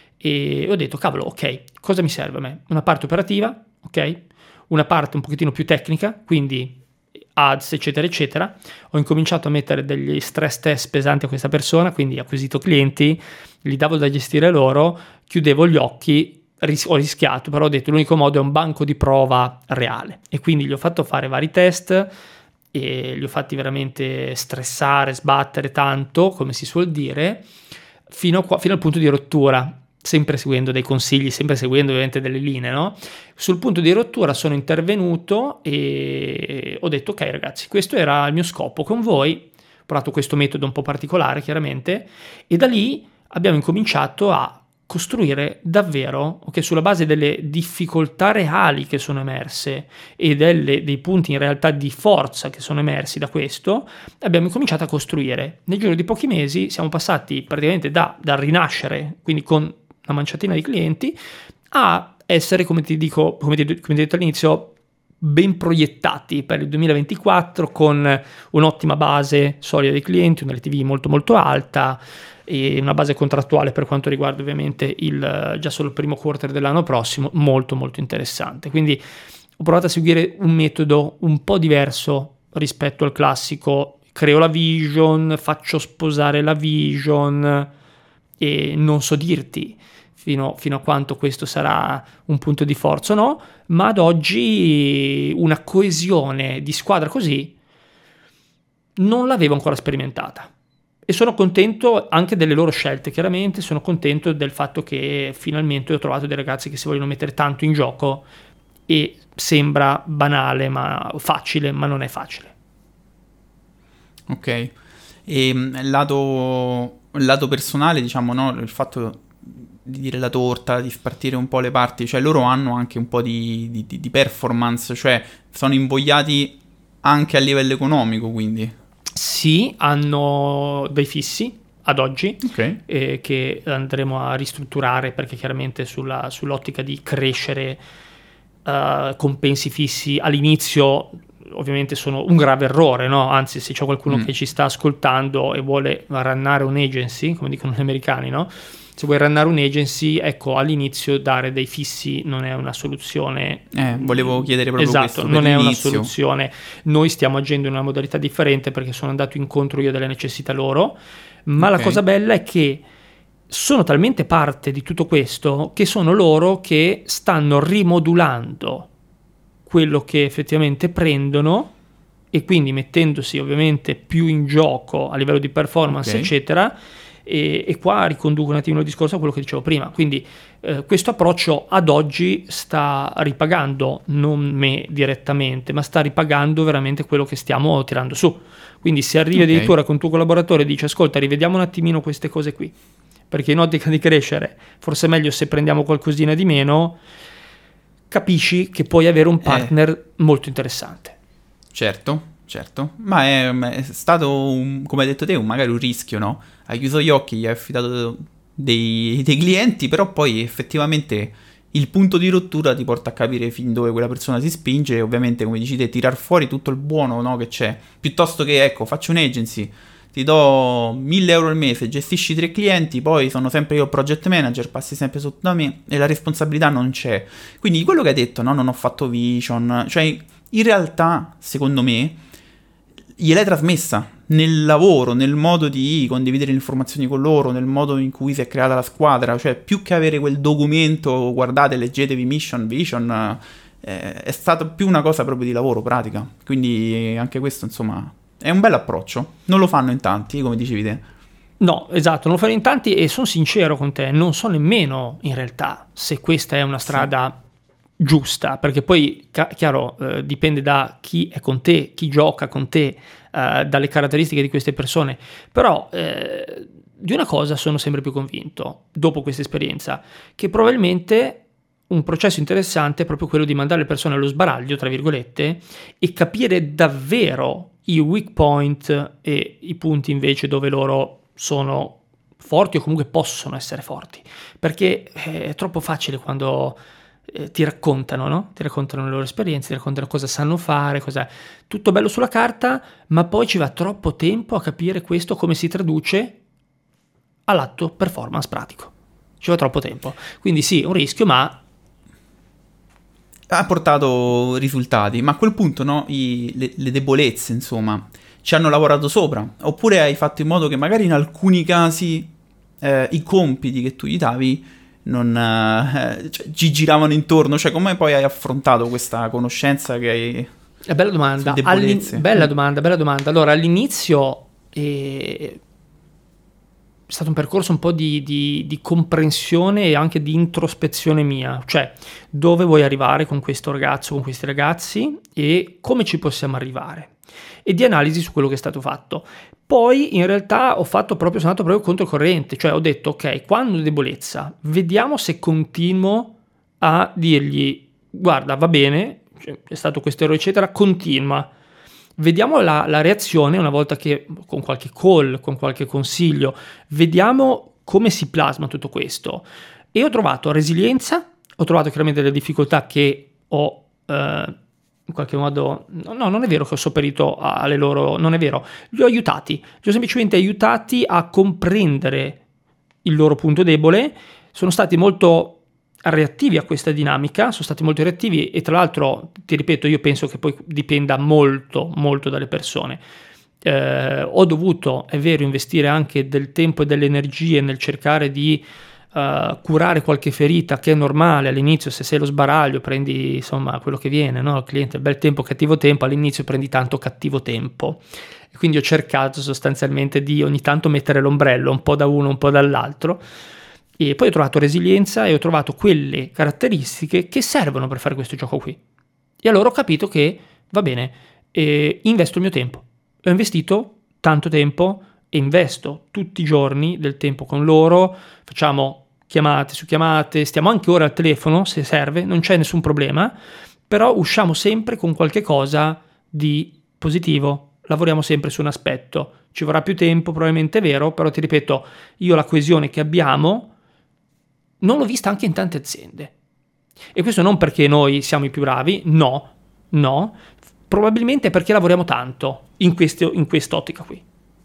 e ho detto, cavolo, ok, cosa mi serve a me? Una parte operativa, ok? Una parte un pochettino più tecnica, quindi ads eccetera eccetera. Ho incominciato a mettere degli stress test pesanti a questa persona, quindi ho acquisito clienti, li davo da gestire loro, chiudevo gli occhi, ris- ho rischiato, però ho detto l'unico modo è un banco di prova reale, e quindi gli ho fatto fare vari test e li ho fatti veramente stressare, sbattere tanto, come si suol dire, fino, a qua, fino al punto di rottura, sempre seguendo dei consigli, sempre seguendo ovviamente delle linee, no? Sul punto di rottura sono intervenuto e ho detto, ok ragazzi, questo era il mio scopo con voi, ho provato questo metodo un po' particolare chiaramente, e da lì abbiamo incominciato a costruire davvero, ok, sulla base delle difficoltà reali che sono emerse e delle, dei punti in realtà di forza che sono emersi da questo, abbiamo incominciato a costruire. Nel giro di pochi mesi siamo passati praticamente da, dal rinascere, quindi con una manciatina di clienti, a essere, come ti dico, come ti, come ti ho detto all'inizio, ben proiettati per il duemilaventiquattro, con un'ottima base solida di clienti, una L T V molto molto alta e una base contrattuale per quanto riguarda ovviamente il già solo il primo quarter dell'anno prossimo molto molto interessante. Quindi ho provato a seguire un metodo un po' diverso rispetto al classico, creo la vision, faccio sposare la vision e non so dirti Fino, fino a quanto questo sarà un punto di forza o no, ma ad oggi una coesione di squadra così non l'avevo ancora sperimentata. E sono contento anche delle loro scelte, chiaramente, sono contento del fatto che finalmente ho trovato dei ragazzi che si vogliono mettere tanto in gioco, e sembra banale, ma facile, ma non è facile. Ok, e il lato, il lato personale, diciamo, no, il fatto di dire la torta, di spartire un po' le parti, cioè loro hanno anche un po' di, di, di performance, cioè sono invogliati anche a livello economico, quindi. Sì, hanno dei fissi ad oggi, okay. eh, che andremo a ristrutturare, perché chiaramente sulla, sull'ottica di crescere uh, compensi fissi all'inizio ovviamente sono un grave errore, no? Anzi, se c'è qualcuno mm. che ci sta ascoltando e vuole runnare un'agency, come dicono gli americani, no? Se vuoi runnare un'agency, ecco, all'inizio dare dei fissi non è una soluzione. Eh, volevo chiedere proprio esatto, questo. Non è l'inizio. Una soluzione. Noi stiamo agendo in una modalità differente perché sono andato incontro io delle necessità loro, ma okay. La cosa bella è che sono talmente parte di tutto questo che sono loro che stanno rimodulando quello che effettivamente prendono e quindi mettendosi ovviamente più in gioco a livello di performance, okay, eccetera, e, e qua riconduco un attimo il discorso a quello che dicevo prima. Quindi eh, questo approccio ad oggi sta ripagando non me direttamente, ma sta ripagando veramente quello che stiamo tirando su. Quindi se arrivi okay. addirittura con tuo collaboratore e dici ascolta, rivediamo un attimino queste cose qui, perché in ottica di crescere forse è meglio se prendiamo qualcosina di meno, capisci che puoi avere un partner eh. molto interessante. Certo, certo, ma è, è stato, un, come hai detto te, un, magari un rischio, no? Hai chiuso gli occhi, gli hai affidato dei, dei clienti, però poi effettivamente il punto di rottura ti porta a capire fin dove quella persona si spinge e ovviamente, come dici te, tirar fuori tutto il buono, no, che c'è, piuttosto che, ecco, faccio un'agency, ti do mille euro al mese, gestisci tre clienti, poi sono sempre io il project manager, passi sempre sotto da me e la responsabilità non c'è. Quindi quello che hai detto, no, non ho fatto vision, cioè in realtà, secondo me, gliel'hai trasmessa nel lavoro, nel modo di condividere le informazioni con loro, nel modo in cui si è creata la squadra, cioè più che avere quel documento, guardate, leggetevi mission, vision, eh, è stata più una cosa proprio di lavoro, pratica. Quindi anche questo, insomma, è un bel approccio. Non lo fanno in tanti, come dicevi te. No, esatto, non lo fanno in tanti e sono sincero con te, non so nemmeno in realtà se questa è una strada... Sì. giusta, perché poi chiaro eh, dipende da chi è con te, chi gioca con te, eh, dalle caratteristiche di queste persone, però eh, di una cosa sono sempre più convinto dopo questa esperienza, che probabilmente un processo interessante è proprio quello di mandare le persone allo sbaraglio, tra virgolette, e capire davvero i weak point e i punti invece dove loro sono forti o comunque possono essere forti, perché è troppo facile quando Eh, ti raccontano, no? Ti raccontano le loro esperienze, ti raccontano cosa sanno fare, cosa... tutto bello sulla carta, ma poi ci va troppo tempo a capire questo come si traduce all'atto performance pratico. Ci va troppo tempo. Quindi sì, un rischio, ma ha portato risultati. Ma a quel punto, no, i, le, le debolezze, insomma, ci hanno lavorato sopra. Oppure hai fatto in modo che magari in alcuni casi eh, i compiti che tu gli davi non eh, cioè, ci giravano intorno, cioè come poi hai affrontato questa conoscenza che hai? È bella domanda. Bella domanda, bella domanda. Allora, all'inizio è... è stato un percorso un po' di, di, di comprensione e anche di introspezione mia, cioè dove vuoi arrivare con questo ragazzo, con questi ragazzi e come ci possiamo arrivare, e di analisi su quello che è stato fatto. Poi in realtà ho fatto proprio, sono andato proprio controcorrente, cioè ho detto ok, quando ho debolezza, vediamo se continuo a dirgli guarda va bene, cioè, è stato questo errore eccetera, continua, vediamo la, la reazione una volta che con qualche call, con qualche consiglio, vediamo come si plasma tutto questo. E ho trovato resilienza, ho trovato chiaramente delle difficoltà che ho eh, in qualche modo, no, non è vero che ho sopperito alle loro, non è vero, li ho aiutati, li ho semplicemente aiutati a comprendere il loro punto debole, sono stati molto reattivi a questa dinamica, sono stati molto reattivi e tra l'altro, ti ripeto, io penso che poi dipenda molto, molto dalle persone. Eh, ho dovuto, è vero, investire anche del tempo e delle energie nel cercare di Uh, curare qualche ferita, che è normale all'inizio. Se sei lo sbaraglio prendi insomma quello che viene, no? Il cliente, bel tempo, cattivo tempo, all'inizio prendi tanto cattivo tempo, e quindi ho cercato sostanzialmente di ogni tanto mettere l'ombrello un po' da uno, un po' dall'altro, e poi ho trovato resilienza e ho trovato quelle caratteristiche che servono per fare questo gioco qui, e allora ho capito che va bene, eh, investo il mio tempo, ho investito tanto tempo e investo tutti i giorni del tempo con loro, facciamo chiamate su chiamate, stiamo anche ore al telefono se serve, non c'è nessun problema, però usciamo sempre con qualche cosa di positivo, lavoriamo sempre su un aspetto, ci vorrà più tempo, probabilmente è vero, però ti ripeto, io la coesione che abbiamo non l'ho vista anche in tante aziende, e questo non perché noi siamo i più bravi, no, no, probabilmente perché lavoriamo tanto in, questo, in quest'ottica qui.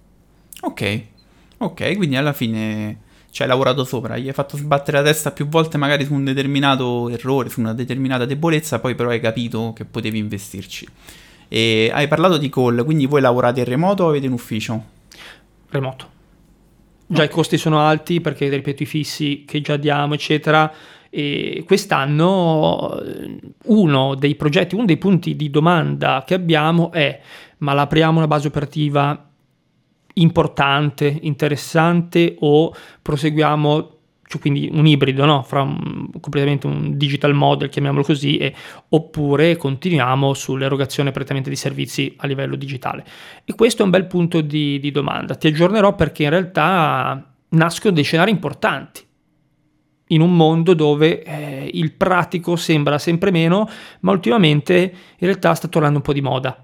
Ok, ok, quindi alla fine ci hai lavorato sopra, gli hai fatto sbattere la testa più volte magari su un determinato errore, su una determinata debolezza, poi però hai capito che potevi investirci. E hai parlato di call, quindi voi lavorate in remoto o avete un ufficio? Remoto. Già okay. I costi sono alti perché, ripeto, i fissi che già diamo, eccetera. E quest'anno uno dei progetti, uno dei punti di domanda che abbiamo è: ma la apriamo una base operativa importante, interessante, o proseguiamo, cioè quindi un ibrido, no? Fra un, completamente un digital model, chiamiamolo così, e, oppure continuiamo sull'erogazione prettamente di servizi a livello digitale. E questo è un bel punto di, di domanda. Ti aggiornerò perché in realtà nascono dei scenari importanti in un mondo dove eh, il pratico sembra sempre meno, ma ultimamente in realtà sta tornando un po' di moda.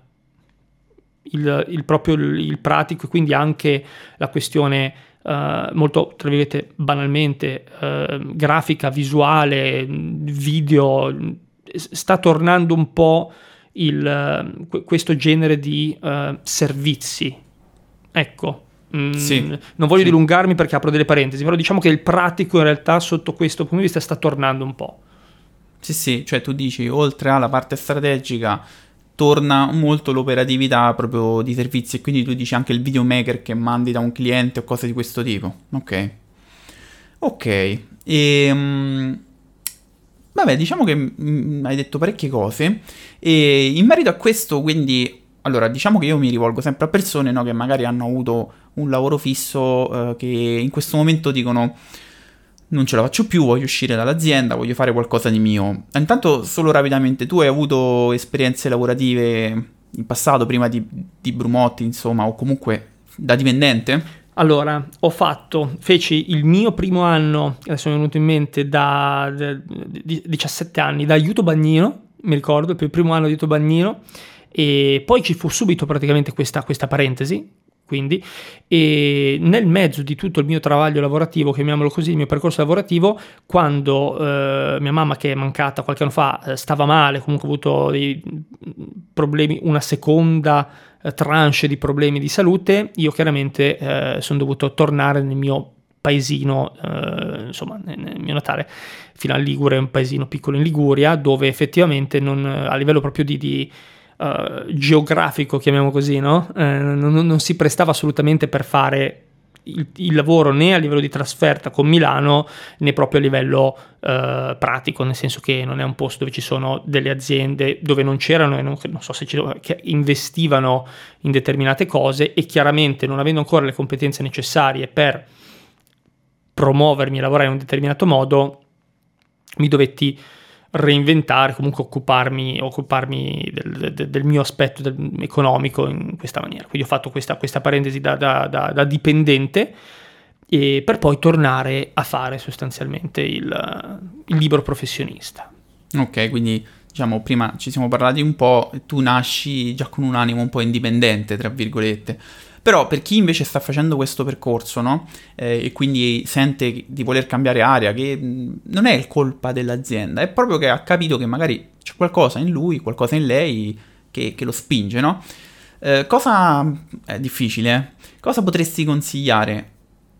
Il, il proprio il, il pratico, e quindi anche la questione uh, molto, tra virgolette, banalmente uh, grafica, visuale, video, sta tornando un po' il, uh, questo genere di uh, servizi. Ecco, mm, sì, non voglio sì. dilungarmi perché apro delle parentesi, però diciamo che il pratico in realtà sotto questo punto di vista sta tornando un po'. Sì, sì, cioè tu dici, oltre alla parte strategica torna molto l'operatività proprio di servizi, e quindi tu dici anche il videomaker che mandi da un cliente o cose di questo tipo. Ok. Ok. E, um, vabbè, diciamo che mm, hai detto parecchie cose. E in merito a questo, quindi, allora, diciamo che io mi rivolgo sempre a persone, no, che magari hanno avuto un lavoro fisso, eh, che in questo momento dicono: non ce la faccio più, voglio uscire dall'azienda, voglio fare qualcosa di mio. Intanto, solo rapidamente, tu hai avuto esperienze lavorative in passato, prima di, di Brumotti, insomma, o comunque da dipendente? Allora, ho fatto, feci il mio primo anno, adesso mi è venuto in mente, da, da, da diciassette anni, da aiuto bagnino, mi ricordo, il primo anno di aiuto bagnino, e poi ci fu subito praticamente questa, questa parentesi. Quindi, e nel mezzo di tutto il mio travaglio lavorativo, chiamiamolo così, il mio percorso lavorativo, quando eh, mia mamma, che è mancata qualche anno fa, eh, stava male, comunque ha avuto dei problemi, una seconda eh, tranche di problemi di salute, io chiaramente eh, sono dovuto tornare nel mio paesino, eh, insomma nel, nel mio natale, fino a Ligure, un paesino piccolo in Liguria, dove effettivamente non, a livello proprio di... di Uh, geografico, chiamiamo così, no? Eh, non, non si prestava assolutamente per fare il, il lavoro né a livello di trasferta con Milano né proprio a livello uh, pratico, nel senso che non è un posto dove ci sono delle aziende dove non c'erano e non, non so se ci, che investivano in determinate cose, e chiaramente non avendo ancora le competenze necessarie per promuovermi e lavorare in un determinato modo, mi dovetti reinventare, comunque occuparmi, occuparmi del, del, del mio aspetto del, economico in questa maniera. Quindi ho fatto questa, questa parentesi da, da, da, da dipendente, e per poi tornare a fare sostanzialmente il, il libero professionista. Ok, quindi diciamo prima ci siamo parlati un po', tu nasci già con un animo un po' indipendente, tra virgolette. Però per chi invece sta facendo questo percorso, no? Eh, e quindi sente di voler cambiare area, che mh, non è colpa dell'azienda, è proprio che ha capito che magari c'è qualcosa in lui, qualcosa in lei che, che lo spinge, no? Eh, cosa è difficile, eh? Cosa potresti consigliare?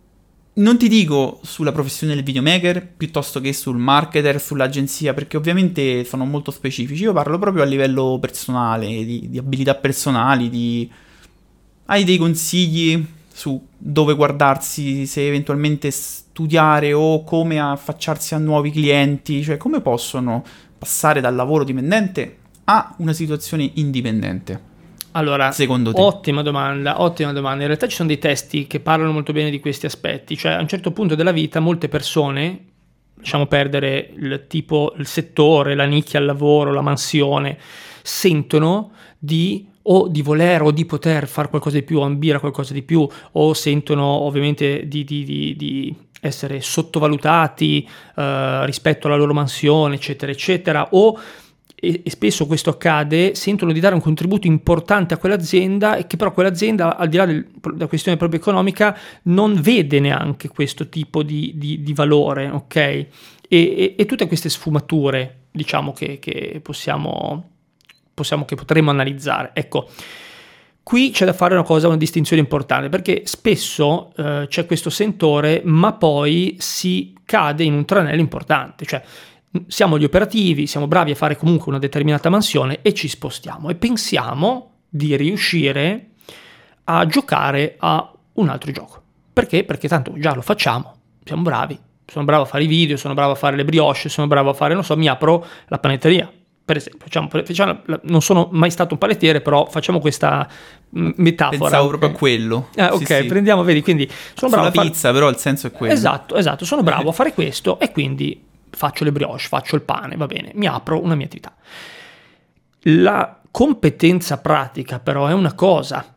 Non ti dico sulla professione del videomaker, piuttosto che sul marketer, sull'agenzia, perché ovviamente sono molto specifici. Io parlo proprio a livello personale, di, di abilità personali, di... Hai dei consigli su dove guardarsi, se eventualmente studiare o come affacciarsi a nuovi clienti? Cioè, come possono passare dal lavoro dipendente a una situazione indipendente? Allora, secondo te? Ottima domanda, ottima domanda. In realtà ci sono dei testi che parlano molto bene di questi aspetti. Cioè, a un certo punto della vita molte persone, lasciamo perdere il tipo, il settore, la nicchia al lavoro, la mansione, sentono di... o di voler o di poter fare qualcosa di più, ambire a qualcosa di più, o sentono ovviamente di, di, di, di essere sottovalutati eh, rispetto alla loro mansione, eccetera, eccetera, o, e, e spesso questo accade, sentono di dare un contributo importante a quell'azienda, e che però quell'azienda, al di là del, della questione proprio economica, non vede neanche questo tipo di, di, di valore, ok? E, e, e tutte queste sfumature, diciamo, che, che possiamo... possiamo che potremmo analizzare. Ecco, qui c'è da fare una cosa, una distinzione importante, perché spesso eh, c'è questo sentore, ma poi si cade in un tranello importante, cioè siamo gli operativi, siamo bravi a fare comunque una determinata mansione e ci spostiamo e pensiamo di riuscire a giocare a un altro gioco. Perché? Perché tanto già lo facciamo, siamo bravi, sono bravo a fare i video, sono bravo a fare le brioche, sono bravo a fare, non so, mi apro la panetteria, per esempio. Facciamo, facciamo, non sono mai stato un panettiere, però facciamo questa metafora. Pensavo okay? proprio a quello. Eh, ok, sì, prendiamo, vedi, quindi sono bravo sulla a fare... pizza, però il senso è quello. Esatto, esatto, sono bravo a fare questo e quindi faccio le brioche, faccio il pane, va bene, mi apro una mia attività. La competenza pratica però è una cosa,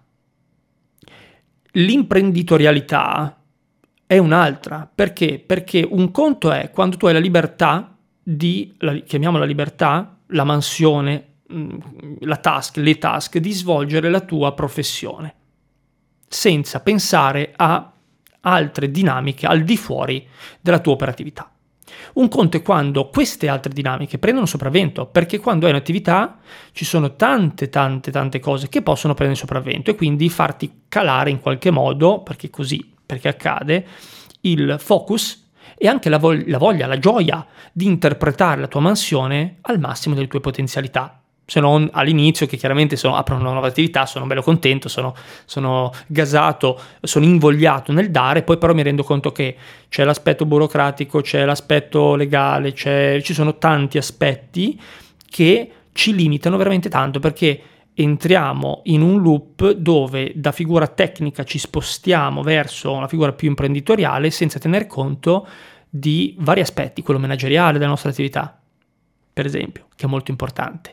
l'imprenditorialità è un'altra. Perché? Perché un conto è quando tu hai la libertà di, la, chiamiamola libertà, la mansione, la task, le task di svolgere la tua professione senza pensare a altre dinamiche al di fuori della tua operatività. Un conto è quando queste altre dinamiche prendono sopravvento, perché quando hai un'attività ci sono tante tante tante cose che possono prendere sopravvento e quindi farti calare in qualche modo, perché così, perché accade, il focus e anche la, vog- la voglia, la gioia di interpretare la tua mansione al massimo delle tue potenzialità. Se non all'inizio, che chiaramente sono, aprono una nuova attività, sono bello contento, sono, sono gasato, sono invogliato nel dare, poi però mi rendo conto che c'è l'aspetto burocratico, c'è l'aspetto legale, c'è, ci sono tanti aspetti che ci limitano veramente tanto, perché entriamo in un loop dove da figura tecnica ci spostiamo verso una figura più imprenditoriale senza tener conto di vari aspetti, quello manageriale della nostra attività, per esempio, che è molto importante.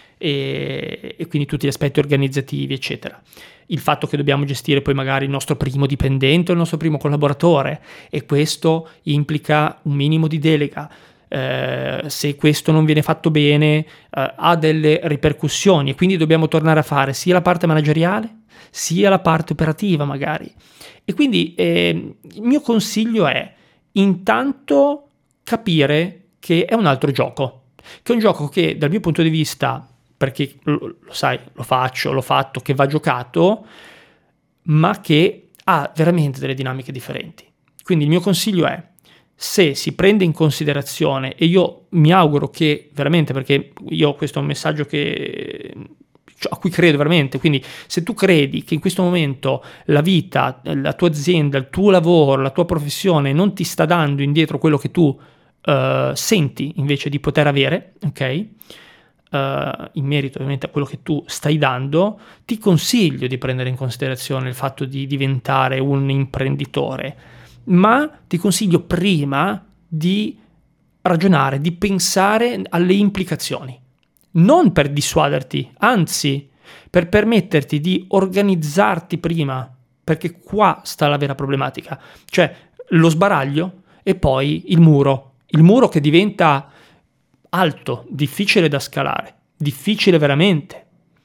E, e quindi tutti gli aspetti organizzativi, eccetera. Il fatto che dobbiamo gestire poi magari il nostro primo dipendente o il nostro primo collaboratore, e questo implica un minimo di delega. Eh, se questo non viene fatto bene, eh, ha delle ripercussioni, e quindi dobbiamo tornare a fare sia la parte manageriale sia la parte operativa magari. E quindi eh, il mio consiglio è intanto capire che è un altro gioco, che è un gioco che dal mio punto di vista, perché lo, lo sai, lo faccio, l'ho fatto, che va giocato, ma che ha veramente delle dinamiche differenti. Quindi il mio consiglio è, se si prende in considerazione, e io mi auguro che veramente, perché io questo è un messaggio che, a cui credo veramente, quindi se tu credi che in questo momento la vita, la tua azienda, il tuo lavoro, la tua professione non ti sta dando indietro quello che tu uh, senti invece di poter avere, ok? Uh, in merito ovviamente a quello che tu stai dando, ti consiglio di prendere in considerazione il fatto di diventare un imprenditore, ma ti consiglio prima di ragionare, di pensare alle implicazioni, non per dissuaderti, anzi per permetterti di organizzarti prima, perché qua sta la vera problematica, cioè lo sbaraglio e poi il muro, il muro che diventa alto, difficile da scalare, difficile veramente.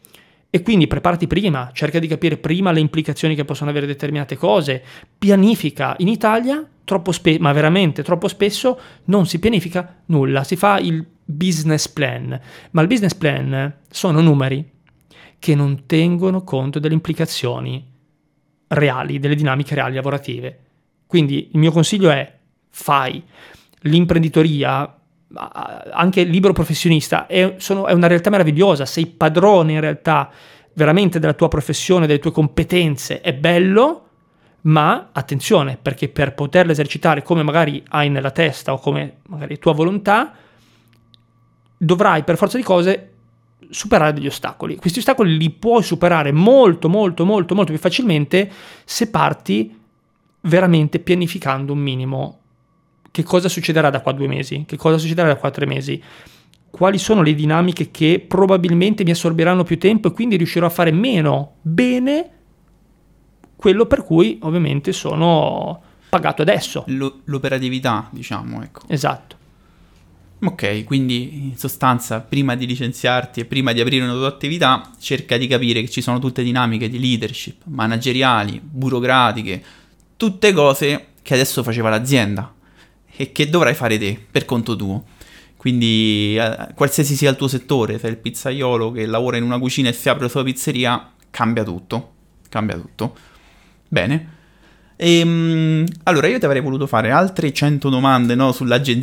E quindi preparati prima, cerca di capire prima le implicazioni che possono avere determinate cose, pianifica. In Italia, troppo spesso, ma veramente troppo spesso, non si pianifica nulla, si fa il business plan, ma il business plan sono numeri che non tengono conto delle implicazioni reali, delle dinamiche reali lavorative. Quindi il mio consiglio è: fai l'imprenditoria, anche libero professionista, è, sono, è una realtà meravigliosa, sei padrone in realtà veramente della tua professione, delle tue competenze, è bello, ma attenzione, perché per poterla esercitare come magari hai nella testa o come magari tua volontà, dovrai per forza di cose superare degli ostacoli. Questi ostacoli li puoi superare molto molto molto molto più facilmente se parti veramente pianificando un minimo. Che cosa succederà da qua a due mesi? Che cosa succederà da qua a tre mesi? Quali sono le dinamiche che probabilmente mi assorbiranno più tempo e quindi riuscirò a fare meno bene quello per cui ovviamente sono pagato adesso. L- l'operatività, diciamo, ecco. Esatto. Ok, quindi in sostanza prima di licenziarti e prima di aprire una tua attività cerca di capire che ci sono tutte dinamiche di leadership, manageriali, burocratiche, tutte cose che adesso faceva l'azienda e che dovrai fare te per conto tuo. Quindi eh, qualsiasi sia il tuo settore, sei il pizzaiolo che lavora in una cucina e si apre la sua pizzeria, cambia tutto, cambia tutto. Bene. E, allora io ti avrei voluto fare altre cento domande, no,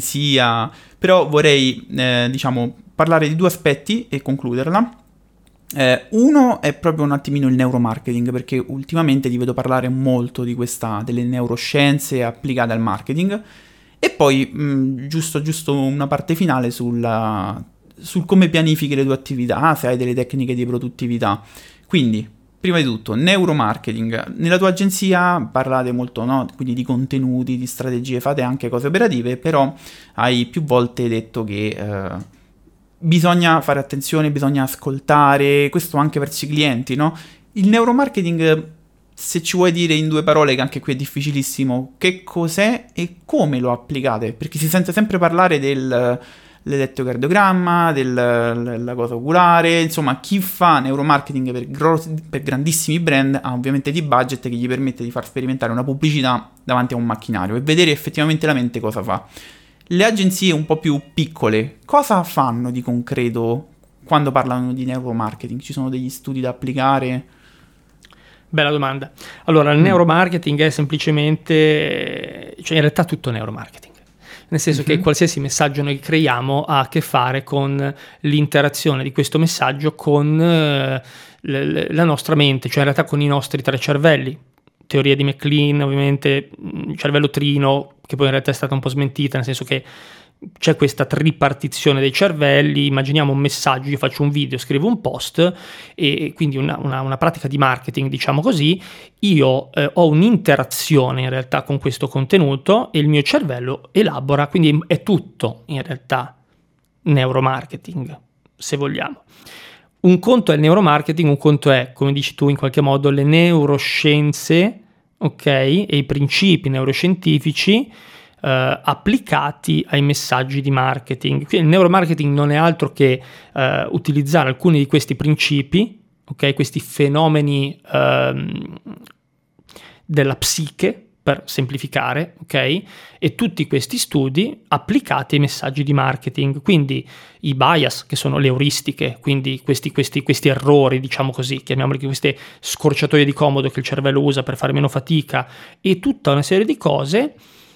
sull'agenzia, però vorrei eh, diciamo parlare di due aspetti e concluderla. Eh, uno è proprio un attimino il neuromarketing, perché ultimamente ti vedo parlare molto di questa, delle neuroscienze applicate al marketing, e poi mh, giusto, giusto una parte finale sulla, sul come pianifichi le tue attività, se hai delle tecniche di produttività. Quindi, prima di tutto, neuromarketing. Nella tua agenzia parlate molto, no? Quindi di contenuti, di strategie, fate anche cose operative, però hai più volte detto che eh, bisogna fare attenzione, bisogna ascoltare, questo anche verso i clienti, no? Il neuromarketing, se ci vuoi dire in due parole, che anche qui è difficilissimo, che cos'è e come lo applicate? Perché si sente sempre parlare del l'elettrocardiogramma, della cosa oculare, insomma, chi fa neuromarketing per, gros- per grandissimi brand ha ovviamente di budget che gli permette di far sperimentare una pubblicità davanti a un macchinario e vedere effettivamente la mente cosa fa. Le agenzie un po' più piccole, cosa fanno di concreto quando parlano di neuromarketing? Ci sono degli studi da applicare? Bella domanda. Allora, il mm. neuromarketing è semplicemente, cioè in realtà tutto neuromarketing. Nel senso mm-hmm. che qualsiasi messaggio noi creiamo ha a che fare con l'interazione di questo messaggio con eh, l- la nostra mente, cioè in realtà con i nostri tre cervelli. Teoria di McLean, ovviamente, cervello trino, che poi in realtà è stata un po' smentita, nel senso che c'è questa tripartizione dei cervelli. Immaginiamo un messaggio, io faccio un video, scrivo un post, e quindi una, una, una pratica di marketing, diciamo così. Io eh, ho un'interazione in realtà con questo contenuto e il mio cervello elabora, quindi è tutto in realtà neuromarketing, se vogliamo. Un conto è il neuromarketing, un conto è, come dici tu in qualche modo, le neuroscienze, ok, e i principi neuroscientifici eh, applicati ai messaggi di marketing. Quindi il neuromarketing non è altro che eh, utilizzare alcuni di questi principi, ok, questi fenomeni ehm, della psiche, per semplificare, ok? E tutti questi studi applicati ai messaggi di marketing, quindi i bias, che sono le euristiche, quindi questi, questi, questi errori, diciamo così, chiamiamoli queste scorciatoie di comodo che il cervello usa per fare meno fatica, e tutta una serie di cose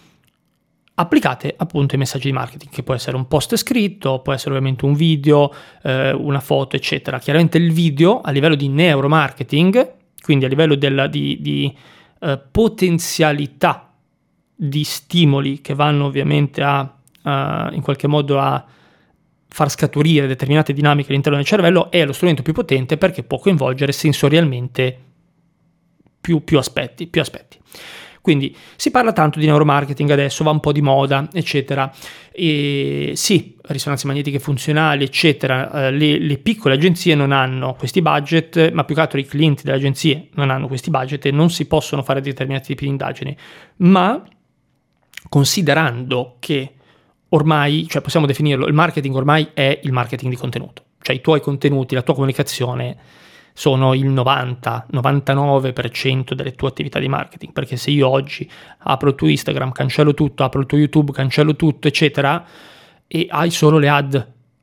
applicate appunto ai messaggi di marketing, che può essere un post scritto, può essere ovviamente un video, eh, una foto, eccetera. Chiaramente il video a livello di neuromarketing, quindi a livello della, di... di Uh, potenzialità di stimoli che vanno ovviamente a uh, in qualche modo a far scaturire determinate dinamiche all'interno del cervello, è lo strumento più potente perché può coinvolgere sensorialmente più, più aspetti, più aspetti. Quindi si parla tanto di neuromarketing adesso, va un po' di moda, eccetera. E sì, risonanze magnetiche funzionali, eccetera. Eh, le, le piccole agenzie non hanno questi budget, ma più che altro i clienti delle agenzie non hanno questi budget e non si possono fare determinati tipi di indagini. Ma considerando che ormai, cioè possiamo definirlo, il marketing ormai è il marketing di contenuto. Cioè i tuoi contenuti, la tua comunicazione sono il novanta novantanove per cento delle tue attività di marketing, perché se io oggi apro il tuo Instagram, cancello tutto, apro il tuo YouTube, cancello tutto, eccetera, e hai solo le ad,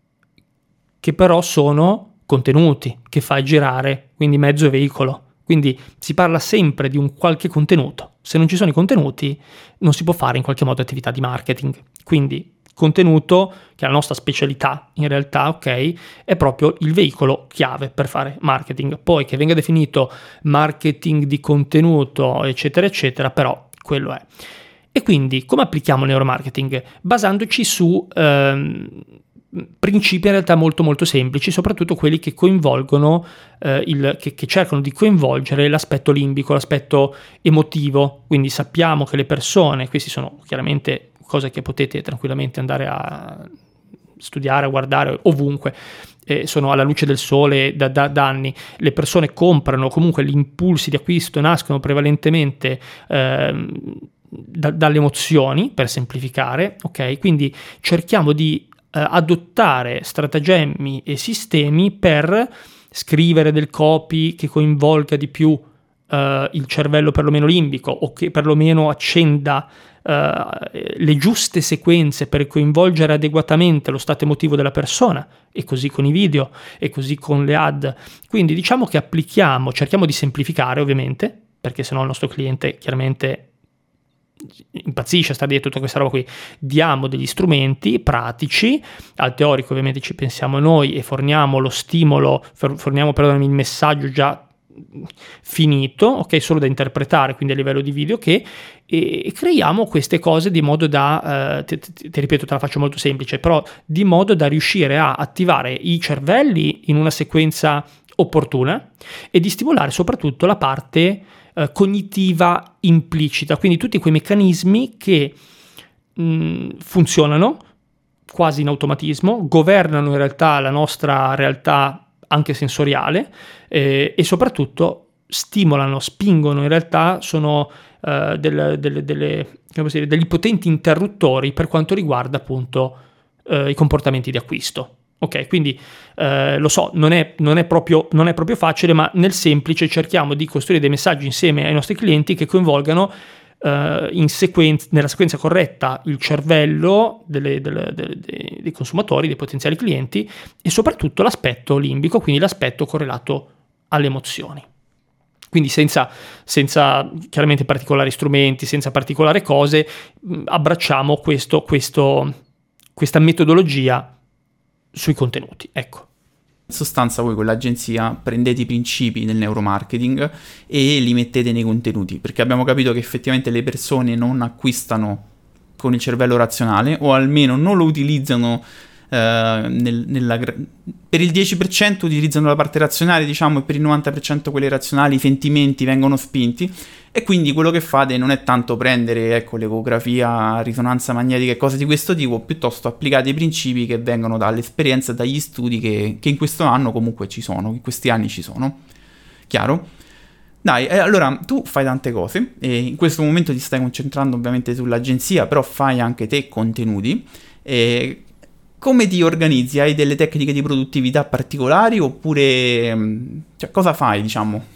che però sono contenuti che fai girare, quindi mezzo e veicolo. Quindi si parla sempre di un qualche contenuto. Se non ci sono i contenuti, non si può fare in qualche modo attività di marketing. Quindi contenuto, che è la nostra specialità in realtà, ok, è proprio il veicolo chiave per fare marketing. Poi che venga definito marketing di contenuto, eccetera, eccetera, però quello è. E quindi come applichiamo il neuromarketing? Basandoci su ehm, principi in realtà molto molto semplici, soprattutto quelli che coinvolgono eh, il, che, che cercano di coinvolgere l'aspetto limbico, l'aspetto emotivo. Quindi sappiamo che le persone, questi sono chiaramente cose che potete tranquillamente andare a studiare, a guardare ovunque, eh, sono alla luce del sole da, da, da anni. Le persone comprano, comunque gli impulsi di acquisto nascono prevalentemente eh, da, dalle emozioni, per semplificare, ok? Quindi cerchiamo di eh, adottare stratagemmi e sistemi per scrivere del copy che coinvolga di più eh, il cervello perlomeno limbico, o che perlomeno accenda Uh, le giuste sequenze per coinvolgere adeguatamente lo stato emotivo della persona, e così con i video e così con le ad. Quindi diciamo che applichiamo, cerchiamo di semplificare ovviamente, perché sennò il nostro cliente chiaramente impazzisce a stare dietro tutta questa roba qui. Diamo degli strumenti pratici, al teorico ovviamente ci pensiamo noi e forniamo lo stimolo, forniamo perdonami il messaggio già finito, ok, solo da interpretare, quindi a livello di video, che e, e creiamo queste cose di modo da, eh, ti, ti, ti ripeto, te la faccio molto semplice, però di modo da riuscire a attivare i cervelli in una sequenza opportuna e di stimolare soprattutto la parte eh, cognitiva implicita, quindi tutti quei meccanismi che mh, funzionano quasi in automatismo, governano in realtà la nostra realtà anche sensoriale, eh, e soprattutto stimolano, spingono, in realtà sono eh, del, delle, delle, come dire, degli potenti interruttori per quanto riguarda appunto eh, i comportamenti di acquisto. Ok, quindi eh, lo so, non è, non, è proprio, non è proprio facile, ma nel semplice cerchiamo di costruire dei messaggi insieme ai nostri clienti che coinvolgano Uh, in sequenza, nella sequenza corretta il cervello delle, delle, delle, dei, dei consumatori, dei potenziali clienti, e soprattutto l'aspetto limbico, quindi l'aspetto correlato alle emozioni. Quindi senza, senza chiaramente particolari strumenti, senza particolari cose, mh, abbracciamo questo, questo, questa metodologia sui contenuti. Ecco. In sostanza voi con l'agenzia prendete i principi del neuromarketing e li mettete nei contenuti, perché abbiamo capito che effettivamente le persone non acquistano con il cervello razionale, o almeno non lo utilizzano eh, nel, nella, per il dieci per cento utilizzano la parte razionale, diciamo, e per il novanta per cento quelle razionali, i sentimenti vengono spinti, e quindi quello che fate non è tanto prendere, ecco, l'ecografia, risonanza magnetica e cose di questo tipo, piuttosto applicate i principi che vengono dall'esperienza e dagli studi che, che in questo anno comunque ci sono, in questi anni ci sono. Chiaro? Dai, eh, allora tu fai tante cose e in questo momento ti stai concentrando ovviamente sull'agenzia, però fai anche te contenuti. E come ti organizzi? Hai delle tecniche di produttività particolari oppure cioè, cosa fai, diciamo?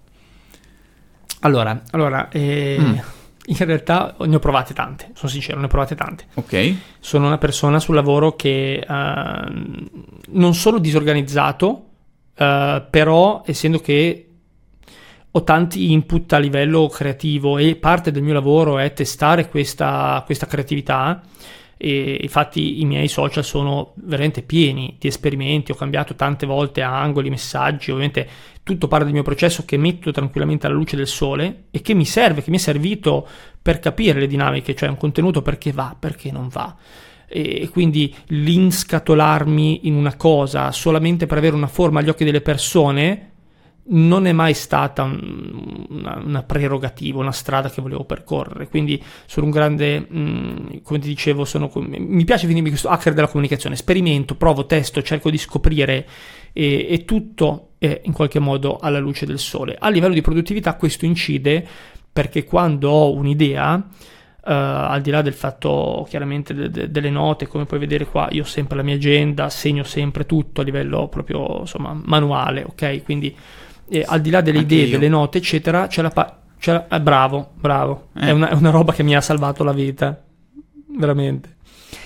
Allora, allora eh, mm. in realtà ne ho provate tante, sono sincero, ne ho provate tante. Ok. Sono una persona sul lavoro che uh, non sono disorganizzato, uh, però essendo che ho tanti input a livello creativo e parte del mio lavoro è testare questa, questa creatività, e infatti i miei social sono veramente pieni di esperimenti, ho cambiato tante volte angoli, messaggi, ovviamente tutto parte del mio processo che metto tranquillamente alla luce del sole e che mi serve, che mi è servito per capire le dinamiche, cioè un contenuto perché va, perché non va, e quindi l'inscatolarmi in una cosa solamente per avere una forma agli occhi delle persone non è mai stata un, una, una prerogativa, una strada che volevo percorrere. Quindi sono un grande, mh, come ti dicevo, sono, mi piace finirmi questo hacker della comunicazione, sperimento, provo, testo, cerco di scoprire, e, e tutto è in qualche modo alla luce del sole. A livello di produttività questo incide perché quando ho un'idea, Uh, al di là del fatto chiaramente de- de- delle note, come puoi vedere qua, io ho sempre la mia agenda, segno sempre tutto a livello proprio insomma manuale, ok? Quindi eh, al di là delle Anche idee, io. delle note eccetera, c'è la, pa- c'è la- eh, bravo, bravo, eh. è, una, è una roba che mi ha salvato la vita, veramente.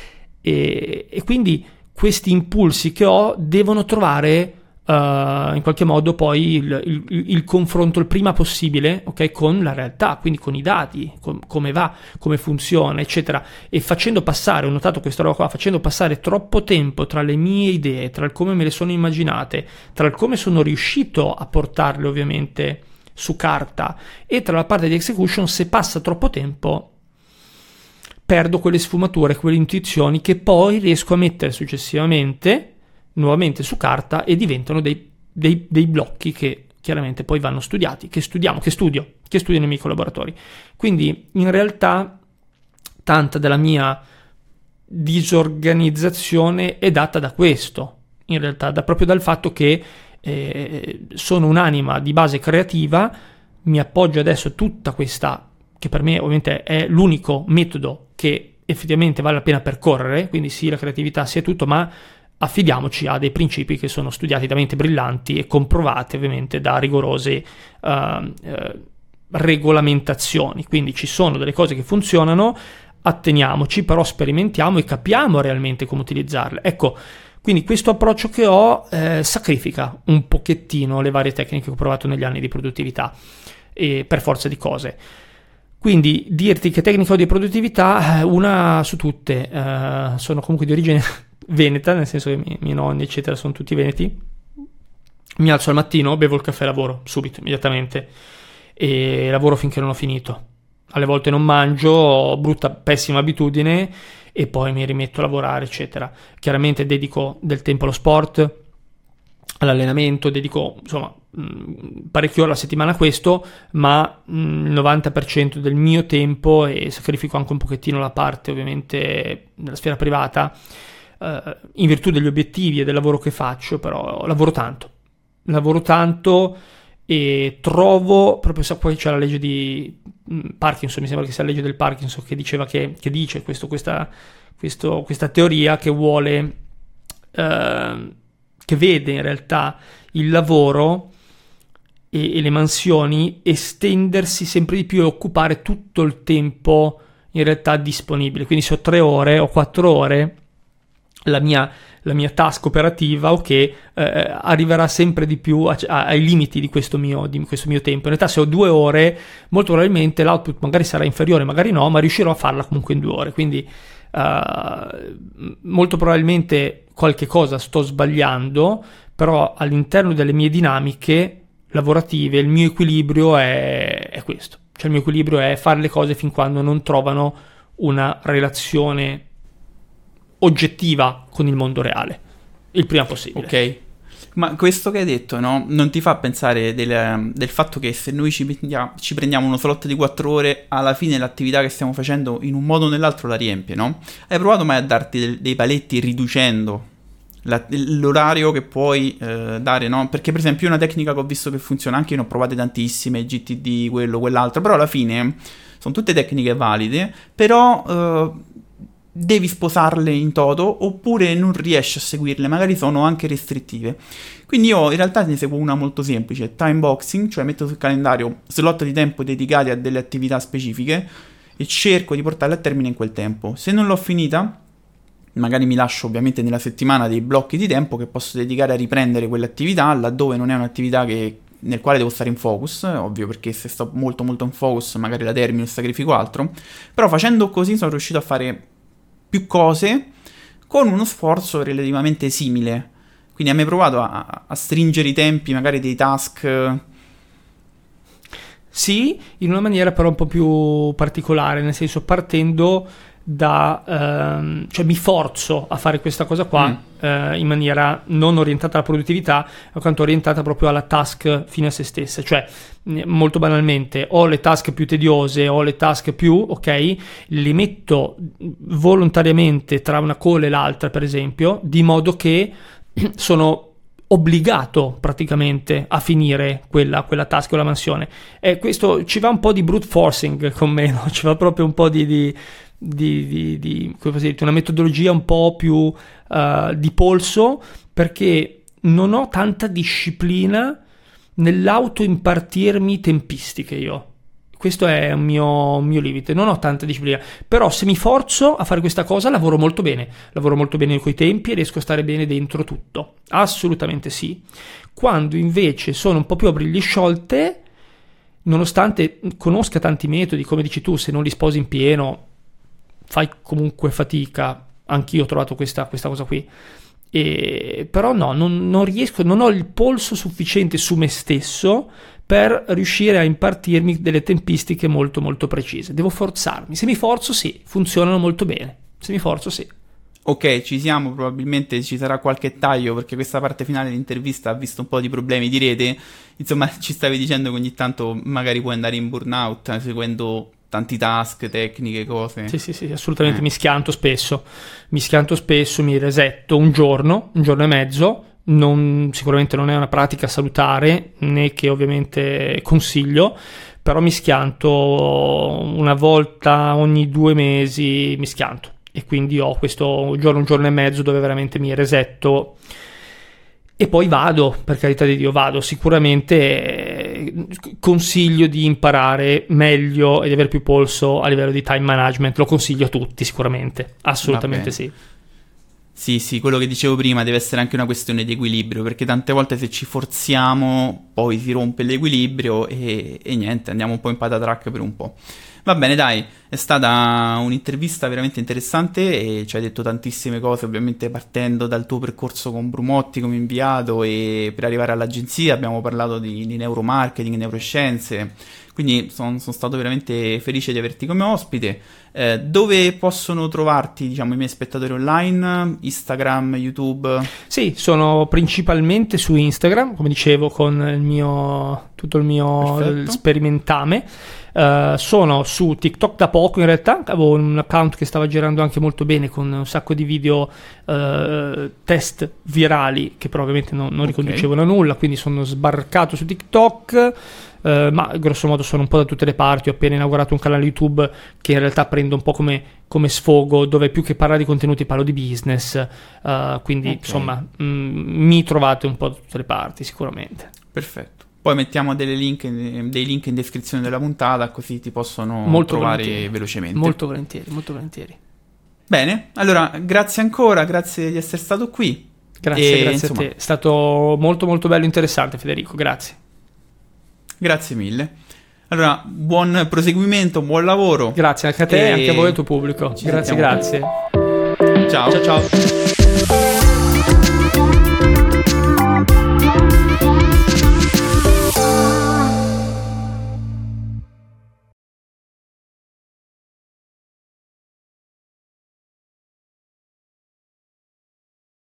E, e quindi questi impulsi che ho devono trovare Uh, in qualche modo poi il, il, il confronto il prima possibile, ok, con la realtà, quindi con i dati, com- come va, come funziona, eccetera, e facendo passare, ho notato questa roba qua, facendo passare troppo tempo tra le mie idee, tra il come me le sono immaginate, tra il come sono riuscito a portarle ovviamente su carta e tra la parte di execution, se passa troppo tempo perdo quelle sfumature, quelle intuizioni che poi riesco a mettere successivamente nuovamente su carta e diventano dei, dei, dei blocchi che chiaramente poi vanno studiati, che studiamo, che studio, che studio nei miei collaboratori. Quindi in realtà tanta della mia disorganizzazione è data da questo, in realtà da, proprio dal fatto che eh, sono un'anima di base creativa, mi appoggio adesso a tutta questa, che per me ovviamente è l'unico metodo che effettivamente vale la pena percorrere, quindi sì la creatività sia tutto, ma affidiamoci a dei principi che sono studiati da menti brillanti e comprovati ovviamente da rigorose uh, uh, regolamentazioni. Quindi ci sono delle cose che funzionano, atteniamoci, però sperimentiamo e capiamo realmente come utilizzarle. Ecco, quindi questo approccio che ho eh, sacrifica un pochettino le varie tecniche che ho provato negli anni di produttività, e per forza di cose. Quindi dirti che tecnica di produttività, una su tutte, uh, sono comunque di origine veneta, nel senso che i miei nonni eccetera sono tutti veneti. Mi alzo al mattino, bevo il caffè e lavoro subito, immediatamente, e lavoro finché non ho finito. Alle volte non mangio, brutta, pessima abitudine, e poi mi rimetto a lavorare, eccetera. Chiaramente dedico del tempo allo sport, all'allenamento, dedico insomma parecchie ore alla settimana a questo, ma il novanta per cento del mio tempo, e sacrifico anche un pochettino la parte ovviamente nella sfera privata, eh, in virtù degli obiettivi e del lavoro che faccio, però lavoro tanto, lavoro tanto e trovo, proprio se poi c'è la legge di Parkinson, mi sembra che sia la legge del Parkinson che diceva che, che dice questo, questa, questo, questa teoria che vuole eh, che vede in realtà il lavoro e, e le mansioni estendersi sempre di più e occupare tutto il tempo in realtà disponibile. Quindi se ho tre ore o quattro ore, la mia, la mia task operativa ok, eh, arriverà sempre di più a, a, ai limiti di questo, mio, di questo mio tempo. In realtà se ho due ore, molto probabilmente l'output magari sarà inferiore, magari no, ma riuscirò a farla comunque in due ore. Quindi uh, molto probabilmente qualche cosa sto sbagliando, però all'interno delle mie dinamiche lavorative il mio equilibrio è, è questo. Cioè il mio equilibrio è fare le cose fin quando non trovano una relazione oggettiva con il mondo reale, il prima possibile. Ok, ma questo che hai detto, no, non ti fa pensare del, del fatto che se noi ci prendiamo, ci prendiamo uno slot di quattro ore, alla fine l'attività che stiamo facendo in un modo o nell'altro la riempie, no? Hai provato mai a darti del, dei paletti riducendo la, l'orario che puoi eh, dare, no? Perché per esempio una tecnica che ho visto che funziona, anche io ne ho provate tantissime, G T D, quello, quell'altro, però alla fine sono tutte tecniche valide, però eh, devi sposarle in toto oppure non riesci a seguirle, magari sono anche restrittive. Quindi io in realtà ne seguo una molto semplice, time boxing, cioè metto sul calendario slot di tempo dedicati a delle attività specifiche e cerco di portarle a termine in quel tempo. Se non l'ho finita, magari mi lascio ovviamente nella settimana dei blocchi di tempo che posso dedicare a riprendere quell'attività, laddove non è un'attività che, nel quale devo stare in focus, ovvio, perché se sto molto molto in focus magari la termino e sacrifico altro. Però facendo così sono riuscito a fare più cose con uno sforzo relativamente simile. Quindi hai mai provato a, a stringere i tempi magari dei task? Sì, in una maniera però un po' più particolare, nel senso partendo da ehm, cioè mi forzo a fare questa cosa qua mm. eh, in maniera non orientata alla produttività, ma quanto orientata proprio alla task fine a se stessa. Cioè molto banalmente ho le task più tediose, ho le task più ok, li metto volontariamente tra una call e l'altra, per esempio, di modo che sono obbligato praticamente a finire quella, quella task o la mansione. E questo ci va un po' di brute forcing con me, no? Ci va proprio un po' di, di Di, di, di come posso dire, una metodologia un po' più uh, di polso, perché non ho tanta disciplina nell'auto impartirmi tempistiche io. Questo è un mio, un mio limite, non ho tanta disciplina, però se mi forzo a fare questa cosa lavoro molto bene, lavoro molto bene coi tempi e riesco a stare bene dentro tutto, assolutamente sì. Quando invece sono un po' più a briglie sciolte, nonostante conosca tanti metodi, come dici tu, se non li sposi in pieno fai comunque fatica, anch'io ho trovato questa, questa cosa qui, e, però no, non, non riesco, non ho il polso sufficiente su me stesso per riuscire a impartirmi delle tempistiche molto molto precise, devo forzarmi, se mi forzo sì, funzionano molto bene, se mi forzo sì. Ok, ci siamo, probabilmente ci sarà qualche taglio perché questa parte finale dell'intervista ha visto un po' di problemi di rete, insomma ci stavi dicendo che ogni tanto magari puoi andare in burnout eh, seguendo tanti task, tecniche, cose. Sì, sì, sì, assolutamente, eh. mi schianto spesso, mi schianto spesso, mi resetto un giorno, un giorno e mezzo, non, sicuramente non è una pratica salutare, né che ovviamente consiglio, però mi schianto una volta ogni due mesi, mi schianto, e quindi ho questo giorno, un giorno e mezzo dove veramente mi resetto. E poi vado, per carità di Dio, vado. Sicuramente consiglio di imparare meglio e di avere più polso a livello di time management. Lo consiglio a tutti, sicuramente. Assolutamente sì. Sì, sì, quello che dicevo prima deve essere anche una questione di equilibrio, perché tante volte se ci forziamo poi si rompe l'equilibrio e, e niente, andiamo un po' in patatrack per un po'. Va bene, dai, è stata un'intervista veramente interessante e ci hai detto tantissime cose, ovviamente partendo dal tuo percorso con Brumotti come inviato e per arrivare all'agenzia abbiamo parlato di, di neuromarketing, neuroscienze, quindi sono son stato veramente felice di averti come ospite. Eh, dove possono trovarti, diciamo, i miei spettatori online? Instagram, YouTube? Sì, sono principalmente su Instagram, come dicevo, con il mio, tutto il mio Perfetto. sperimentame. Uh, sono su TikTok da poco in realtà, avevo un account che stava girando anche molto bene con un sacco di video uh, test virali che però ovviamente non, non riconducevano a nulla, quindi sono sbarcato su TikTok, uh, ma grosso modo sono un po' da tutte le parti. Ho appena inaugurato un canale YouTube che in realtà prendo un po' come, come sfogo, dove più che parlare di contenuti parlo di business, uh, quindi okay. insomma mh, mi trovate un po' da tutte le parti sicuramente. Perfetto. Poi mettiamo delle link, dei link in descrizione della puntata, così ti possono molto trovare volentieri. velocemente. Molto volentieri, molto volentieri. Bene, allora grazie ancora, grazie di essere stato qui. Grazie, e, grazie insomma, a te. È stato molto molto bello e interessante, Federico, grazie. Grazie mille. Allora, buon proseguimento, buon lavoro. Grazie anche a te e anche a voi e al tuo pubblico. Grazie, grazie. Ciao. Ciao, ciao.